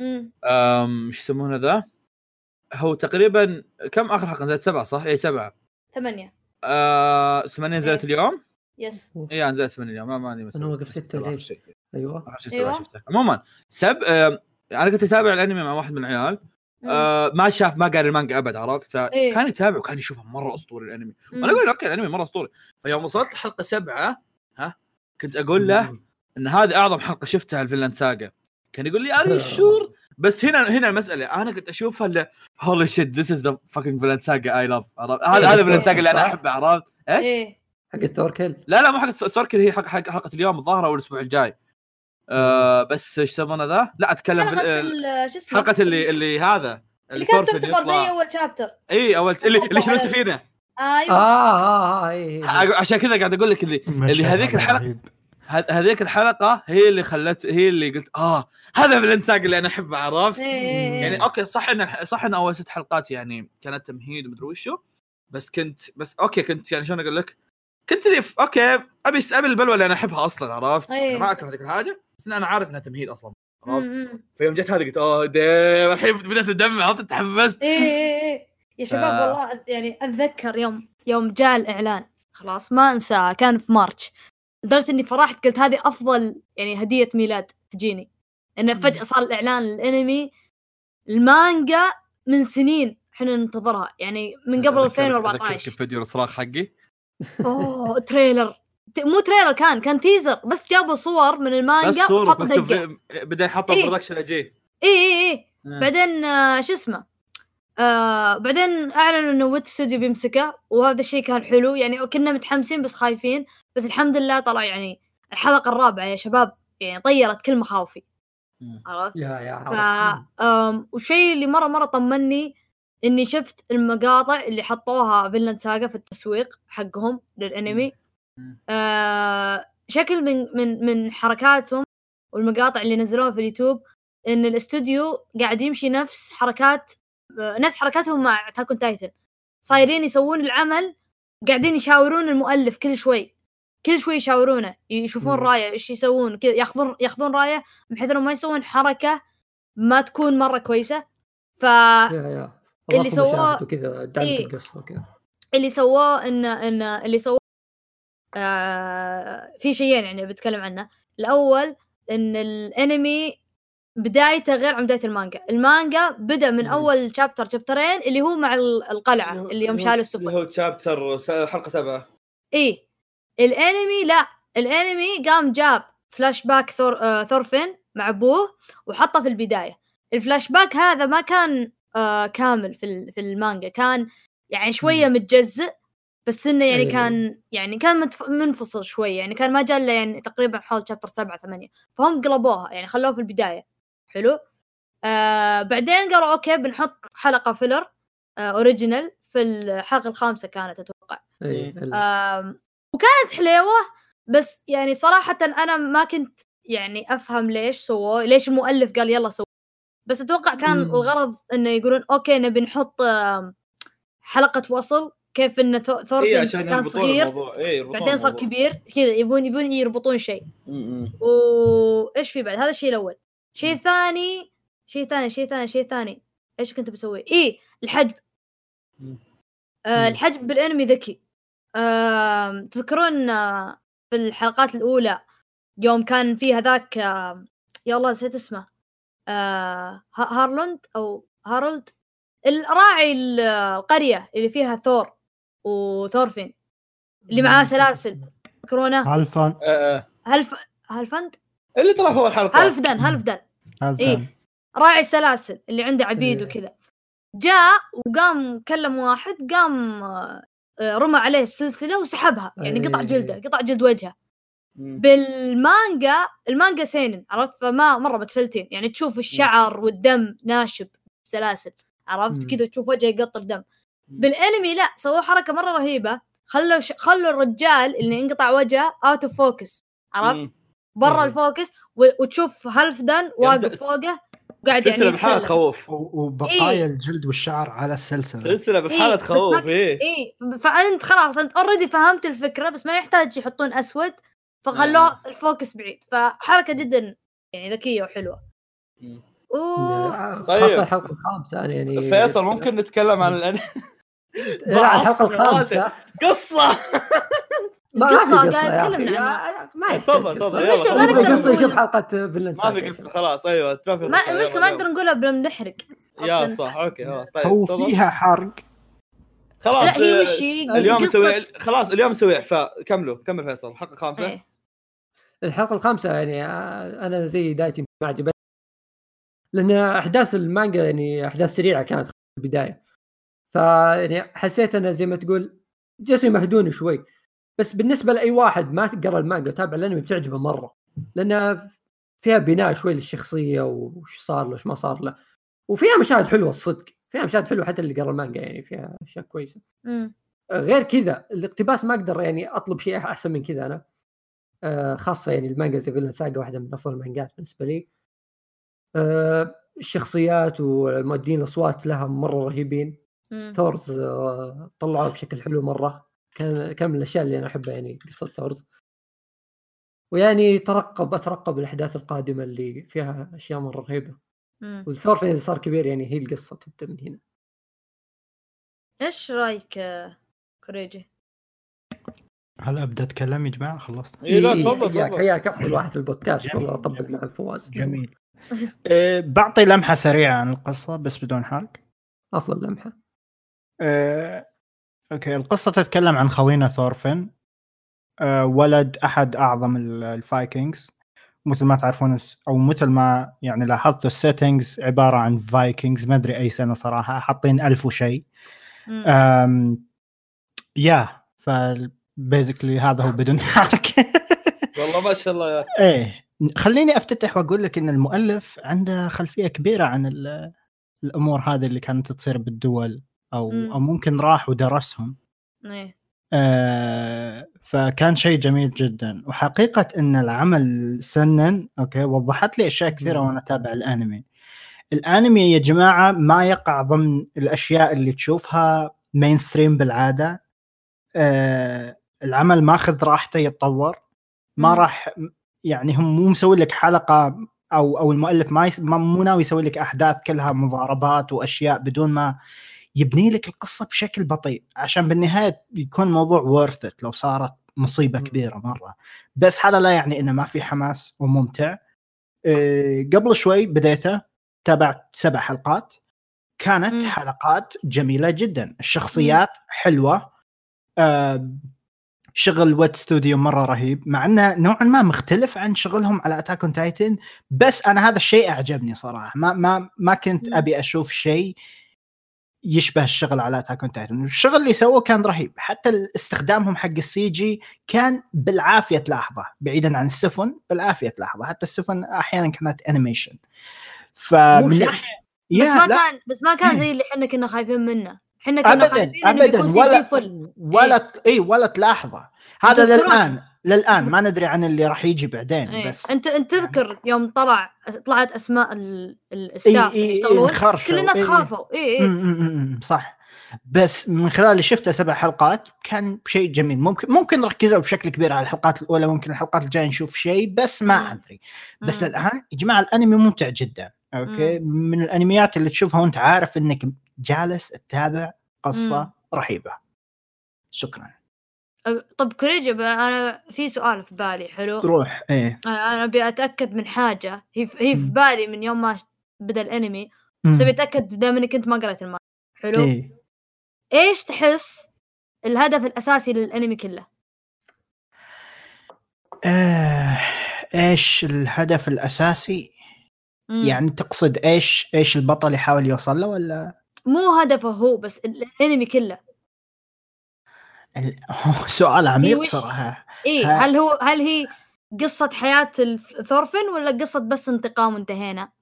امم ايش يسمونه ذا هو تقريبا كم اخر حلقه نزلت سبعة صح اي سبعة ثمانية آه ثمانية نزلت اليوم يس اي نزلت ثمانية اليوم ما ماني مثلا انا وقف ستة ليش ايوه ايوه شفته عموما سب آه انا كنت اتابع الانمي مع واحد من العيال آه ما شاف ما قال المانجا ابد عرفت فكان إيه؟ يتابع وكان يشوفه مره اسطوري الانمي وانا اقول اوكي الانمي مره اسطوري. فيوم وصلت حلقه سبعة ها كنت اقول له ان هذه اعظم حلقه شفتها الفينلاند ساغا كان يقول لي اري شور بس هنا هنا المساله انا كنت اشوفها ل هولي شيت ذيس از ذا فاكينج فينلاند ساغا اي لاف هذا هذا فينلاند ساغا اللي انا احبه عرفت ايش إيه؟ حق ثوركل لا لا مو حق ثوركل هي حق حق حلقه اليوم الظاهره والاسبوع الجاي آه بس ايش يسمونه ذا لا اتكلم حلقه في حلقه اللي اللي هذا اللي كانت تعتبر زي اول شابتر اي اول اللي اللي شنو السفينه ايوه اه اه اي عشان كذا قاعد اقول لك اللي اللي هذيك الحلقه هذيك الحلقه هي اللي خلت هي اللي قلت اه هذا فينلاند ساغا اللي انا احبه عرفت يعني اوكي صح ان صح ان اول ست حلقات يعني كانت تمهيد ومدري وشو بس كنت بس اوكي كنت يعني شلون اقول لك كنت لي اوكي ابي ابي البلوه اللي انا احبها اصلا عرفت أنا ما اكره هذيك الحاجه بس انا عارف انها تمهيد اصلا عرفت فيوم جت هذه قلت اوه ديم الحين بدأت ادمع عرفت تحمست ايه ايه يا شباب ف... والله يعني اتذكر يوم يوم جاء الاعلان خلاص ما انساه كان في مارتش لدرجه اني فرحت قلت هذه افضل يعني هديه ميلاد تجيني انه فجاه صار الاعلان الانمي المانجا من سنين احنا ننتظرها يعني من قبل ألفين وأربعطعش كيف فيديو الصراخ حقي اوه تريلر مو تريلر كان كان تيزر بس جابوا صور من المانجا وحطوا دقه بدا يحطوا إيه؟ برودكشن اجي اي اي اي بعدين آه شو اسمه آه بعدين اعلنوا انه ويت ستوديو بيمسكه وهذا الشيء كان حلو يعني كنا متحمسين بس خايفين بس الحمد لله طلع يعني الحلقه الرابعه يا شباب يعني طيرت كل مخاوفي عرفت يا يا ف وشيء اللي مره مره طمني اني شفت المقاطع اللي حطوها فينلاند ساغا في التسويق حقهم للانمي آه شكل من من من حركاتهم والمقاطع اللي نزلوها في اليوتيوب ان الاستوديو قاعد يمشي نفس حركات نفس حركاتهم مع تاكون تايتن صايرين يسوون العمل قاعدين يشاورون المؤلف كل شوي كل شوي يشاورونه يشوفون رايه ايش يسوون كذا ياخذون ياخذون رايه بحيث انهم ما يسوون حركه ما تكون مره كويسه ف اللي سووه كذا دعم إيه؟ القصه وكذا اللي سووه ان ان اللي سووه آه في شيئين يعني بتكلم عنه الاول ان الانمي بدايته غير عن بدايه المانجا المانجا بدا من اول شابتر شابترين اللي هو مع القلعه اللي يوم شالوا السفن اللي هو شابتر حلقه سبعة ايه الانمي لا الانمي قام جاب فلاش باك ثور آه ثورفين مع ابوه وحطه في البدايه الفلاش باك هذا ما كان آه كامل في في المانجا كان يعني شويه متجزئ بس انه يعني كان يعني كان منفصل شويه يعني كان ما جاء له يعني تقريبا حول شابتر سبعة ثمانية فهم قلبوها يعني خلوه في البدايه حلو آه بعدين قالوا اوكي بنحط حلقه فيلر آه اوريجينال في الحلقه الخامسه كانت اتوقع آه وكانت حلوه بس يعني صراحه انا ما كنت يعني افهم ليش سووا ليش المؤلف قال يلا سووا بس اتوقع كان مم. الغرض انه يقولون اوكي نبي نحط حلقه وصل كيف ان إيه ثورفين عشان كان صغير إيه بعدين صار كبير كذا، يبون يبون يربطون شيء. وايش في بعد؟ هذا الشيء الاول. شيء ثاني شيء ثاني شيء ثاني شيء ثاني ايش كنت بسوي؟ ايه الحجب. آه الحجب بالانمي ذكي. آه تذكرون آه في الحلقات الاولى يوم كان في هذاك آه يا الله نسيت اسمه، آه هارلوند او هارولد، الراعي القرية اللي فيها ثور وثورفين اللي معاه سلاسل، تذكرونه؟ هالفان آه. هلف هالفند اللي طلع فوق الحلقة هالفدن هالفدن هالفان إيه راعي السلاسل اللي عنده عبيد وكذا، جاء وقام كلم واحد، قام رمى عليه السلسلة وسحبها، يعني قطع جلده، قطع جلد وجهه. بالمانجا المانجا سينن، عرفت؟ فما مرة بتفلتين، يعني تشوف الشعر والدم ناشب سلاسل، عرفت كذا، تشوف وجهه يقطر دم. بالانمي لا، سووا حركة مرة رهيبة، خلوا ش... خلوا الرجال اللي انقطع وجهه اوت اوف فوكس، عرفت؟ برا الفوكس و... وتشوف هالفدن واقف فوقه قاعد يعني سلسلة بحالة تخوف، وبقايا إيه؟ الجلد والشعر على السلسلة، سلسلة بحالة تخوف. إيه إيه فأنت خلاص أنت أوريدي فهمت الفكرة، بس ما يحتاج يحطون أسود، فخلوه الفوكس بعيد. فحركة جدا يعني ذكية وحلوة. أوه. خاصة الحلقة الخامسة يعني فيصل ممكن نتكلم عن الأنمي. لا الحلقة الخامسة قصة ما قصة في قصة يا أخي ما يحتاج قصة. ما نقدر قصة يشوف حلقة فيلن ما في قصة خلاص. أيوة ما في قصة. مش كمان نقدر نقولها بلا نحرق. يا صح أوكي خلاص. طيب هو فيها حرق خلاص. لا هي وشي اليوم نسوي خلاص اليوم نسوي إعفاء. كملوا كمل فيصل. الحلقة الخامسة ايه. الحلقة الخامسة يعني أنا زي دايتي ما عجبتني، لأن أحداث المانجا يعني أحداث سريعة كانت في البداية، فيعني حسيت أنا زي ما تقول جسمي مهدون شوي. بس بالنسبة لأي واحد ما تقرأ المانجا وتابع الأنمي بتعجبه مرة، لأنها فيها بناء شوي للشخصية وش صار له وش ما صار له، وفيها مشاهد حلوة الصدق، فيها مشاهد حلوة حتى اللي قرأ المانجا يعني فيها أشياء كويسة. مم. غير كذا الاقتباس ما أقدر يعني أطلب شيء أحسن من كذا أنا، آه خاصة يعني المانجا زي فيلن ساغا واحدة من أفضل المانجات بالنسبة لي. آه الشخصيات والمؤدين الأصوات لها مرة رهيبين. مم. ثورز آه طلعوا بشكل حلو مرة، كان كان من الأشياء اللي أنا أحبها يعني قصة ثورز. ويعني ترقب أترقب الأحداث القادمة اللي فيها أشياء مرة رهيبة. والثورفين إذا صار كبير يعني هي القصة تبدأ من هنا. إيش رأيك كوريجي؟ هل أبدأ أتكلم يا جماعة؟ خلصت؟ إيه لا تفضل إياك إياك أفضل واحد في البودكاست والله أطبق مع الفواز. جميل. أه بعطي لمحة سريعة عن القصة بس بدون حرق. أفضل لمحة. أه أوكي. القصة تتكلم عن خوينا ثورفين، أه ولد أحد أعظم الفايكنجز. مثل ما تعرفون أو مثل ما يعني لاحظتوا السيتنجز عبارة عن فايكنجز، ما أدري أي سنة صراحة، حاطين ألف وشيء. أم يا فبيزيكلي هذا هو بدون حرق. والله ما شاء الله يا ايه. خليني افتتح واقول لك ان المؤلف عنده خلفيه كبيره عن الامور هذه اللي كانت تصير بالدول او م. او ممكن راح ودرسهم. ايه. آه فكان شيء جميل جدا. وحقيقه ان العمل سنن اوكي وضحت لي اشياء كثيره وانا اتابع الانمي. الانمي يا جماعه ما يقع ضمن الاشياء اللي تشوفها مين ستريم بالعاده. آه العمل ماخذ راحته يتطور، ما راح يعني هم مو مسوي لك حلقة أو أو المؤلف ما, يس... ما مو ناوي يسوي لك أحداث كلها مضاربات وأشياء بدون ما يبني لك القصة بشكل بطيء، عشان بالنهاية يكون موضوع worth it لو صارت مصيبة كبيرة مرة. بس هذا لا يعني إنه ما في حماس وممتع. إيه قبل شوي بديته تابعت سبع حلقات، كانت م. حلقات جميلة جدا، الشخصيات م. حلوة. أه شغل ويت ستوديو مرة رهيب، مع أنه نوعا ما مختلف عن شغلهم على أتاك أون تايتن، بس أنا هذا الشيء أعجبني صراحة. ما ما ما كنت أبي أشوف شيء يشبه الشغل على أتاك أون تايتن. الشغل اللي سووه كان رهيب، حتى استخدامهم حق السي جي كان بالعافية تلاحظه، بعيدا عن السفن بالعافية تلاحظه، حتى السفن أحيانا كانت أنيميشن. فمن ناحية بس ما لا. كان بس ما كان زي اللي إحنا كنا خايفين منه. إحنا كنا خايفين إنه بيكون سي جي فل ولا إيه ولا تلاحظه هذا للآن للآن ما ندري عن اللي راح يجي بعدين. إيه. بس أنت أنت تذكر يوم طلع طلعت أسماء الاستاف إيه اللي يشتغلون إيه كل الناس إيه خافوا. إيه إيه م- م- م- صح. بس من خلال اللي شفته سبع حلقات كان شيء جميل. ممكن ممكن ركزوا بشكل كبير على الحلقات الاولى، ممكن الحلقات الجايه نشوف شيء بس ما ادري. بس الان يا جماعه الانمي ممتع جدا. اوكي مم. من الانميات اللي تشوفها وانت عارف انك جالس تتابع قصه مم. رهيبه. شكرا. طب كوريجي انا في سؤال في بالي. حلو روح. ايه انا ابي اتاكد من حاجه هي هي في بالي من يوم ما بدا الانمي، بس ابي اتاكد دائما اني كنت ما قرأت المانجا. حلو إيه؟ ايش تحس الهدف الاساسي للانمي كله؟ آه، ايش الهدف الاساسي؟ مم. يعني تقصد ايش ايش البطل يحاول يوصل له ولا مو هدفه هو بس الانمي كله؟ سؤال عميق صراحه. إيه ها... هل هو هل هي قصة حياة ثورفين ولا قصة بس انتقام وانتهينا؟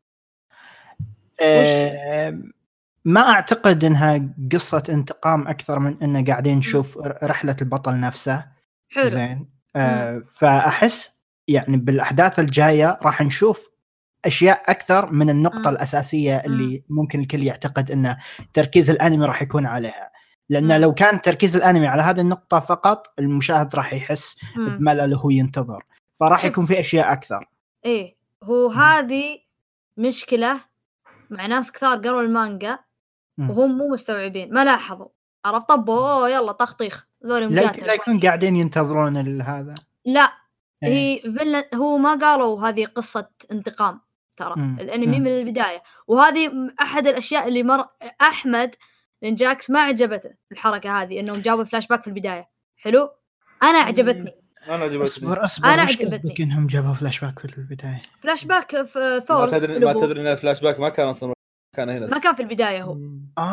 أه... ما أعتقد إنها قصة انتقام أكثر من إنه قاعدين نشوف م. رحلة البطل نفسه. حلو. زين. أه... فأحس يعني بالأحداث الجاية راح نشوف أشياء أكثر من النقطة م. الأساسية اللي م. ممكن الكل يعتقد إنه تركيز الأنمي راح يكون عليها. لأنه لو كان تركيز الأنمي على هذه النقطة فقط المشاهد راح يحس م. بملل وهو ينتظر، فراح يكون في أشياء أكثر. إيه هو هذه مشكلة مع ناس كثار قروا المانجا م. وهم مو مستوعبين، ما لاحظوا. عرف طبوا يلا تخطيخ ذولي مقاتل، لا يكون قاعدين ينتظرون هذا. لا إيه. هي فيلن هو ما قالوا هذه قصة انتقام ترى م. الأنمي م. من البداية، وهذه أحد الأشياء اللي مر أحمد لينجاكس ما عجبته الحركة هذه إنهم جابوا فلاش باك في البداية. حلو أنا عجبتني. أنا عجبتني. أصبر أصبر أنا عجبتني إنهم جابوا فلاش باك في البداية. فلاش باك في ثورس. ما تدري ما تدري إن الفلاش باك ما كان أصلاً كان هنا. ما كان في البداية هو.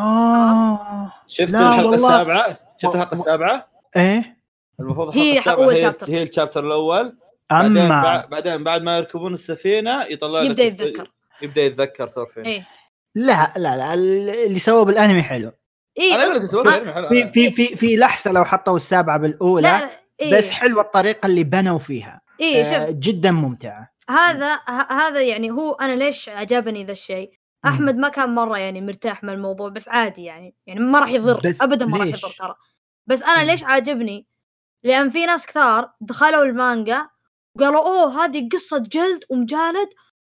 آه. شفت الحلقة السابعة؟ شفت الحلقة السابعة؟ إيه. المفروض الحلقة السابعة هي هي الشابتر الأول. بعدين بعدين بعد ما يركبون السفينة يطلع يبدأ يتذكر. يبدأ يتذكر ثورفين. إيه. لا لا لا اللي سووا بالانمي حلو. إيه انا اقول لك سووا بالانمي حلو. في في في في لحظه لو حطوا السابعه بالاولى إيه؟ بس حلوه الطريقه اللي بنوا فيها. إيه آه جدا ممتعه. هذا هذا يعني هو انا ليش عجبني ذا الشيء. احمد ما كان مره يعني مرتاح من الموضوع، بس عادي يعني يعني ما راح يضر ابدا، ما راح يضر ترى. بس انا ليش عاجبني؟ لان في ناس كثار دخلوا المانجا وقالوا اوه هذه قصه جلد ومجالد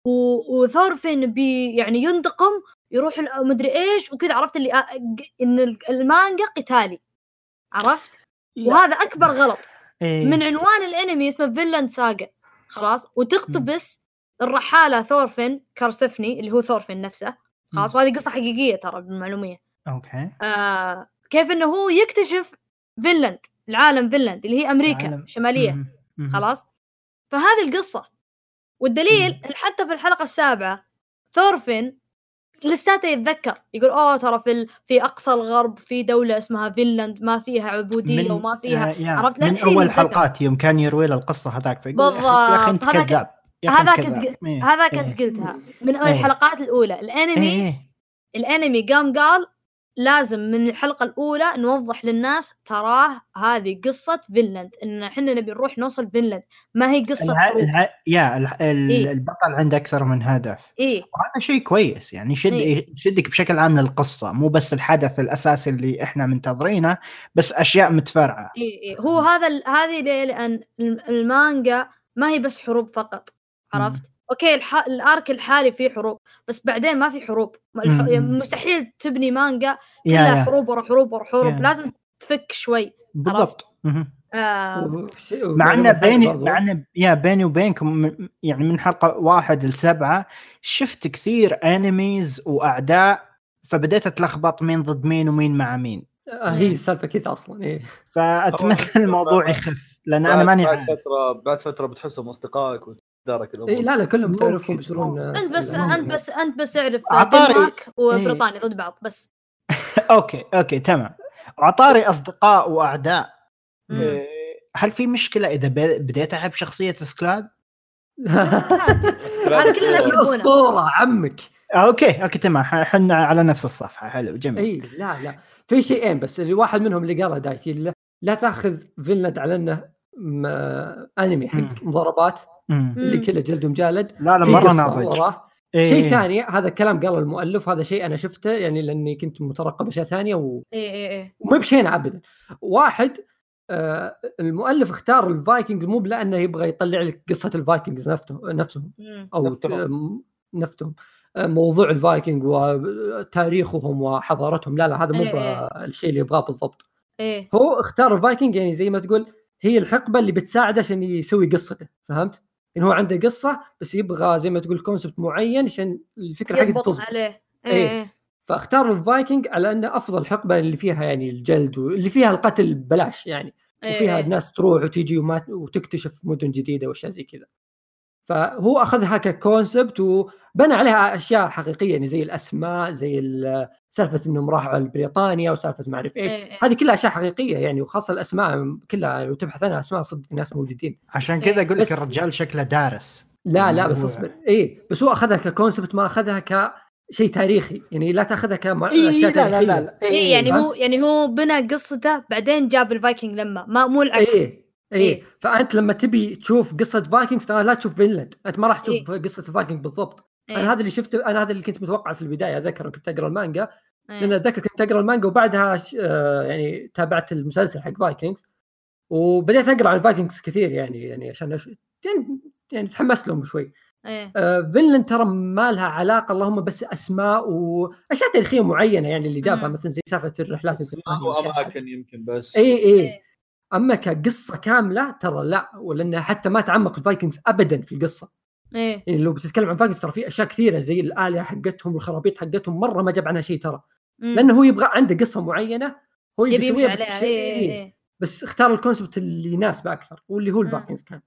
وثورفين بي يعني ينتقم يروح مدري ايش وكذا. عرفت اللي ان المانجا قتالي، عرفت؟ وهذا اكبر غلط. إيه. من عنوان الانمي اسمه فيلاند ساغا خلاص، وتقتبس م. الرحاله ثورفين كارسفني اللي هو ثورفين نفسه خلاص. وهذه قصه حقيقيه ترى بالمعلوميه. اوكي. آه كيف انه هو يكتشف فينلاند، العالم فينلاند اللي هي امريكا العالم. الشماليه م. م. خلاص. فهذه القصه، والدليل م. حتى في الحلقه السابعه ثورفين لساته يتذكر يقول اوه ترى في في اقصى الغرب في دوله اسمها فينلاند ما فيها عبوديه وما فيها آه عرفت من اول حلقات يوم كان يروي له القصه هذاك فيقول يا اخي انت كذاب. هذا كنت هذا كنت قلتها من اول الحلقات الاولى. الانمي إيه. الانمي قام قال لازم من الحلقه الاولى نوضح للناس تراه هذه قصه فينلاند، ان احنا نبي نروح نوصل فينلاند، ما هي قصه الع... الع... يا الع... إيه؟ البطل عنده اكثر من هدف. إيه؟ وهذا شيء كويس يعني يشد إيه؟ يشدك بشكل عام للقصه، مو بس الحدث الاساسي اللي احنا منتظرينه، بس اشياء متفرعه. إيه إيه. هو هذا ال... هذه لان المانجا ما هي بس حروب فقط، عرفت؟ م. اوكي الح... الارك الحالي فيه حروب، بس بعدين ما في حروب. الح... مستحيل تبني مانجا كلها حروب ورا حروب ورا حروب، لازم تفك شوي. بالضبط. آه... مع ان بيني مع ان يا بيني وبينكم يعني من حلقه واحد لسبعة شفت كثير انميز واعداء، فبديت اتلخبط مين ضد مين ومين مع مين. آه هي السالفه كذا اصلا. ايه فاتمنى الموضوع يخف، لان انا ماني بعد فتره بعد فتره بتحسهم اصدقائك دارك الامور. إيه لا لا كلهم تعرفهم بيصيرون. انت بس انت بس انت بس اعرف دنمارك وبريطانيا ضد بعض بس. اوكي اوكي تمام. عطاري اصدقاء واعداء. هل في مشكله اذا بديت العب شخصيه سكلاد؟ هذا كل الناس يحبونه. اسطوره عمك. اوكي اوكي تمام، حنا على نفس الصفحه. حلو جميل. اي لا لا في شيئين بس، اللي واحد منهم اللي قالها دايتي لا تاخذ فينلاند على انه انمي حق مضاربات اللي كله جلد ومجالد. لا لا مره ناضج. إيه. شيء ثاني هذا الكلام قاله المؤلف، هذا شيء انا شفته يعني لاني كنت مترقب اشياء ثانيه و... ايه ايه ايه وما بشينا ابدا. واحد آه المؤلف اختار الفايكنج مو لانه يبغى يطلع لك قصه الفايكنجز نفسهم نفسهم او نفتهم. نفتهم موضوع الفايكنج وتاريخهم وحضارتهم، لا لا هذا مو إيه إيه. الشيء اللي يبغاه بالضبط. ايه هو اختار الفايكنج يعني زي ما تقول هي الحقبه اللي بتساعده عشان يسوي قصته، فهمت؟ انه هو عنده قصه بس يبغى زي ما تقول كونسبت معين عشان الفكره حقته يضبط تظبط عليه. ايه إيه. ايه فاختار الفايكنج على انه افضل حقبه اللي فيها يعني الجلد واللي فيها القتل ببلاش يعني، إيه وفيها إيه. الناس تروح وتيجي وما وتكتشف مدن جديده واشياء زي كذا. فهو اخذها ككونسبت وبنى عليها اشياء حقيقيه يعني زي الاسماء، زي سالفه انهم راحوا على بريطانيا وسالفه ما اعرف ايش. إيه إيه. هذه كلها اشياء حقيقيه يعني، وخاصه الاسماء كلها لو تبحث عنها اسماء صدق ناس موجودين. عشان كذا اقول لك بس- الرجال شكله دارس. لا يعني لا بس هو- اصبر ايه، بس هو اخذها ككونسبت ما اخذها كشيء تاريخي يعني، لا تاخذها كاشياء إيه لا تاريخيه. لا لا إيه يعني فهمت؟ هو يعني هو بنى قصته بعدين جاب الفايكنج لما ما مو العكس. ايه ايه, إيه. فانت لما تبي تشوف قصه فايكنجز ترى لا تشوف فينلاند، انت ما راح تشوف إيه. قصه الفايكنج بالضبط. إيه. انا هذا اللي شفته، انا هذا اللي كنت متوقع في البدايه. اذكر كنت اقرا المانجا إيه. لان اتذكر كنت اقرا المانجا وبعدها ش- آه يعني تابعت المسلسل حق فايكنجز وبديت اقرا عن الفايكنجز كثير يعني يعني عشان أش... يعني يعني تحمست لهم شوي. إيه. آه فينلاند ترى ما لها علاقه، اللهم بس اسماء واشياء تاريخيه معينه يعني اللي جابها مم. مثلا زي سالفه الرحلات البريطانيه وأشياء هذه. واماكن يمكن بس اي اي إيه. اما كقصه كامله ترى لا، ولانها حتى ما تعمق الفايكنجز ابدا في القصه إيه. يعني. لو بتتكلم عن فايكنجز ترى في اشياء كثيره زي الالهه حقتهم والخرابيط حقتهم مره ما جاب عنها شيء ترى، مم. لانه هو يبغى عنده قصه معينه هو يبي يبي يمشي يسويها بس عليها. شيء إيه إيه إيه. إيه. بس اختار الكونسبت اللي يناسبه اكثر واللي هو مم. الفايكنجز كان.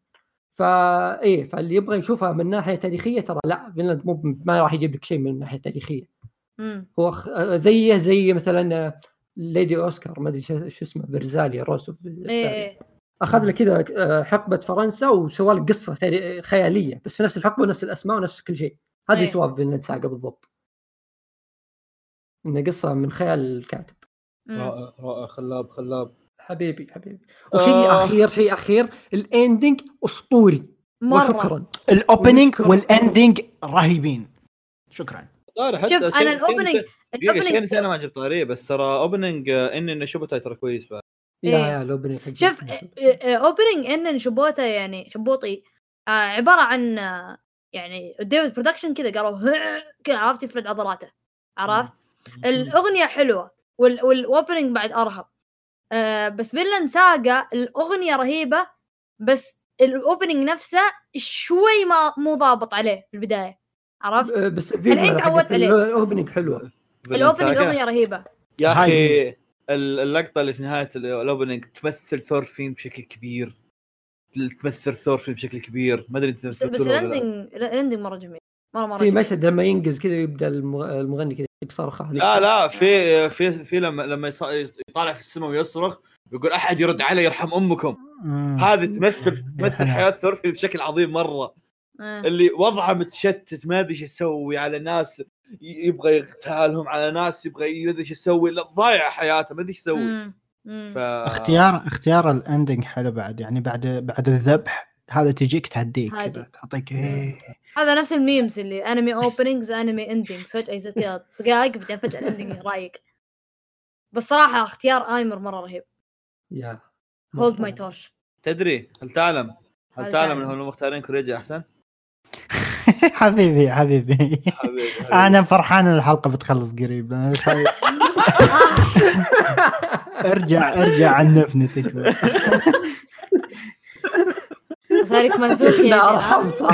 فا ايه فاللي يبغى يشوفها من ناحيه تاريخيه ترى لا، فينلاند مو ما راح يجيب لك شيء من ناحيه تاريخيه. مم. هو خ- زيه زي مثلا ليدي اوسكار ما ادري شو اسمه فيرزاليا روسوف إيه إيه. اخذ له كذا آه، حقبه فرنسا وسوى لك قصه تاري- خياليه بس في نفس الحقبه ونفس الاسماء ونفس كل شيء. هذا إيه. سوى فينلاند ساغا بالضبط، انه قصه من خيال الكاتب. مم. رائع رائع خلاب خلاب حبيبي حبيبي. وشيء آه. اخير شيء اخير الاندنج اسطوري مرة. وشكرا. الاوبننج ونشكر- والاندنج رهيبين. شكرا. طاري حتى شوف انا الاوبننج دقيقة شيء انا ما جبت طاري بس ترى اوبننج ان ان شوبوتاي ترى كويس بعد. يا إيه. يا لوبني حق شوف اوبننج ان شبوته يعني شبوطي آه عباره عن آه يعني ديفيد برودكشن كذا قالوا كذا عرفت يفرد عضلاته عرفت. الاغنيه حلوه وال والاوبننج بعد ارهب. آه بس فينلاند ساغا الاغنيه رهيبه بس الاوبننج نفسه شوي ما مو ضابط عليه في البدايه عرفت. بس الحين تعودت عليه. الاوبننج حلوه. الاوبننج اغنيه رهيبه يا هاي. اخي اللقطه اللي في نهايه الاوبننج تمثل ثورفين بشكل كبير، تمثل ثورفين بشكل كبير ما ادري انت بس, بس الاندنج الاندنج مره جميل مره مره في جميل. مشهد لما ينقز كذا يبدا المغ- المغني كذا صرخه. لا لا في في في لما لما يص- يطالع في السماء ويصرخ ويقول احد يرد علي يرحم امكم. مم. هذه تمثل تمثل حلو. حياه ثورفين بشكل عظيم مره. آه. اللي وضعه متشتت ما ادري ايش يسوي، على ناس ي- يبغى يغتالهم، على ناس يبغى ما ادري ايش يسوي، لا ضايع حياته ما ادري ايش يسوي. مم. مم. ف اختيار اختيار الاندنج حلو بعد، يعني بعد بعد الذبح هذا تجيك تهديك هادي. كذا تعطيك إيه. هذا نفس الميمز اللي انمي اوبننجز انمي اندنجز فجاه يصير كذا دقائق بعدين فجاه الاندنج رايق. بس صراحه اختيار ايمر مره رهيب. يا هولد ماي تورش. تدري هل تعلم هل هل تعلم تعلم؟ انهم مختارين كوريجي احسن؟ حبيبي حبيبي حبيبي, حبيبي. انا فرحان ان الحلقه بتخلص قريب. أنا خايف. ارجع ارجع عنفني تكبر. غيرك منزوخ يا لا ارحم صح.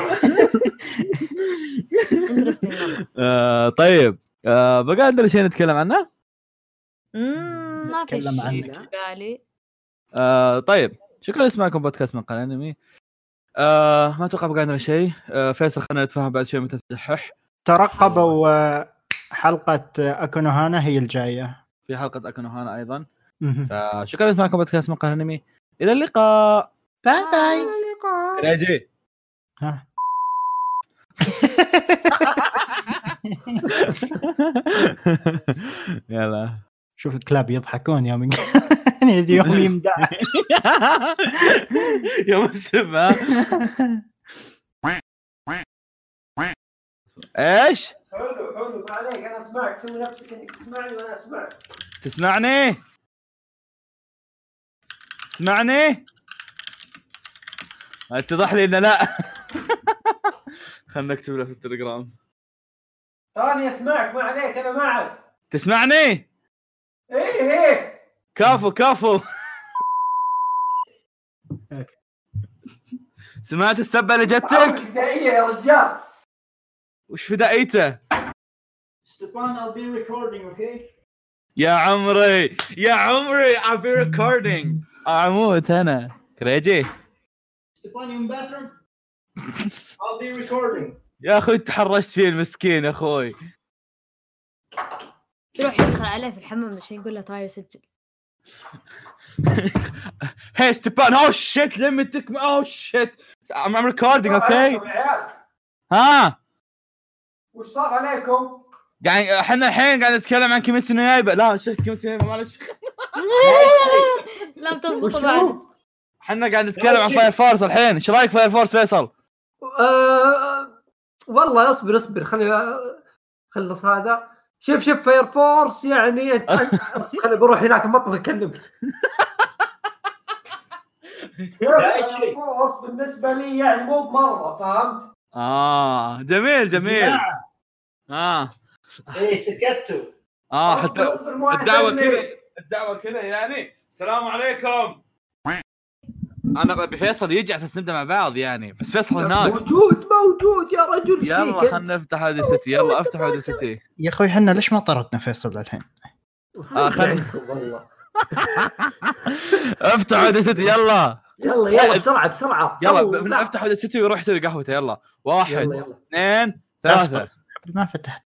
آه طيب آه بقى عندنا شيء نتكلم عنه. امم ما في نتكلم شيء عنك. بالي. آه طيب شكرا لسماعكم بودكاست مقال انمي. آه ما اتوقع بقى عندنا شيء. آه فيصل خلينا نتفاهم بعد شوي متى تصحح. ترقبوا آه، حلقه اكونوهانا هي الجايه. في حلقه اكونوهانا ايضا. مهم. فشكرا لسماعكم بودكاست مقال انمي. الى اللقاء. باي باي. كريجي. ها يلا شوف الكلاب يضحكون يوم يعني يوم يمدح. يوم السبت. ايش؟ حلو حلو ما عليك انا اسمعك سوي نفسك انك تسمعني وانا اسمعك. تسمعني؟ تسمعني؟ اتضح لي انه لا. خلنا نكتب له في التليجرام. تراني اسمعك ما عليك انا معك. تسمعني؟ ايه ايه كافو كافو. سمعت السبة اللي جتك؟ فدائية يا رجال. وش فدائيته؟ ستيفان I'll be recording okay يا عمري يا عمري I'll be recording. اموت انا كريجي. ستيفان you in bathroom I'll be recording. يا اخوي تحرشت فيه المسكين يا اخوي. تروح يدخل عليه في الحمام عشان يقول له ترى يسجل. Hey ستيفان oh shit let me take me oh shit I'm, I'm recording okay. ها وش صار عليكم؟ يعني احنا الحين قاعد نتكلم عن كيميتسو نو يايبا. لا شفت كيميتسو نو يايبا معلش. لا تزبط بعد. احنا قاعد نتكلم عن فاير فورس الحين. ايش رايك فاير فورس فيصل؟ أه... والله اصبر اصبر خلي خلص هذا. شوف شوف فاير فورس يعني انت خلي بروح هناك مطبخ اكلمك. فاير فورس بالنسبه لي يعني مو بمره فهمت. اه جميل جميل. اه ايه سكتوا. اه حتى الدعوه كذا الدعوه كذا يعني السلام عليكم. انا بفيصل يجي على اساس نبدا مع بعض يعني بس فيصل هناك. موجود موجود يا رجل. يلا خلنا نفتح اوديسيتي. يلا افتح اوديسيتي يا اخوي احنا ليش ما طردنا فيصل الحين؟ اه خلنا والله. افتح اوديسيتي يلا يلا يلا بسرعه بسرعه يلا افتح اوديسيتي ويروح يسوي قهوته. يلا واحد اثنين ثلاثة. ما فتحت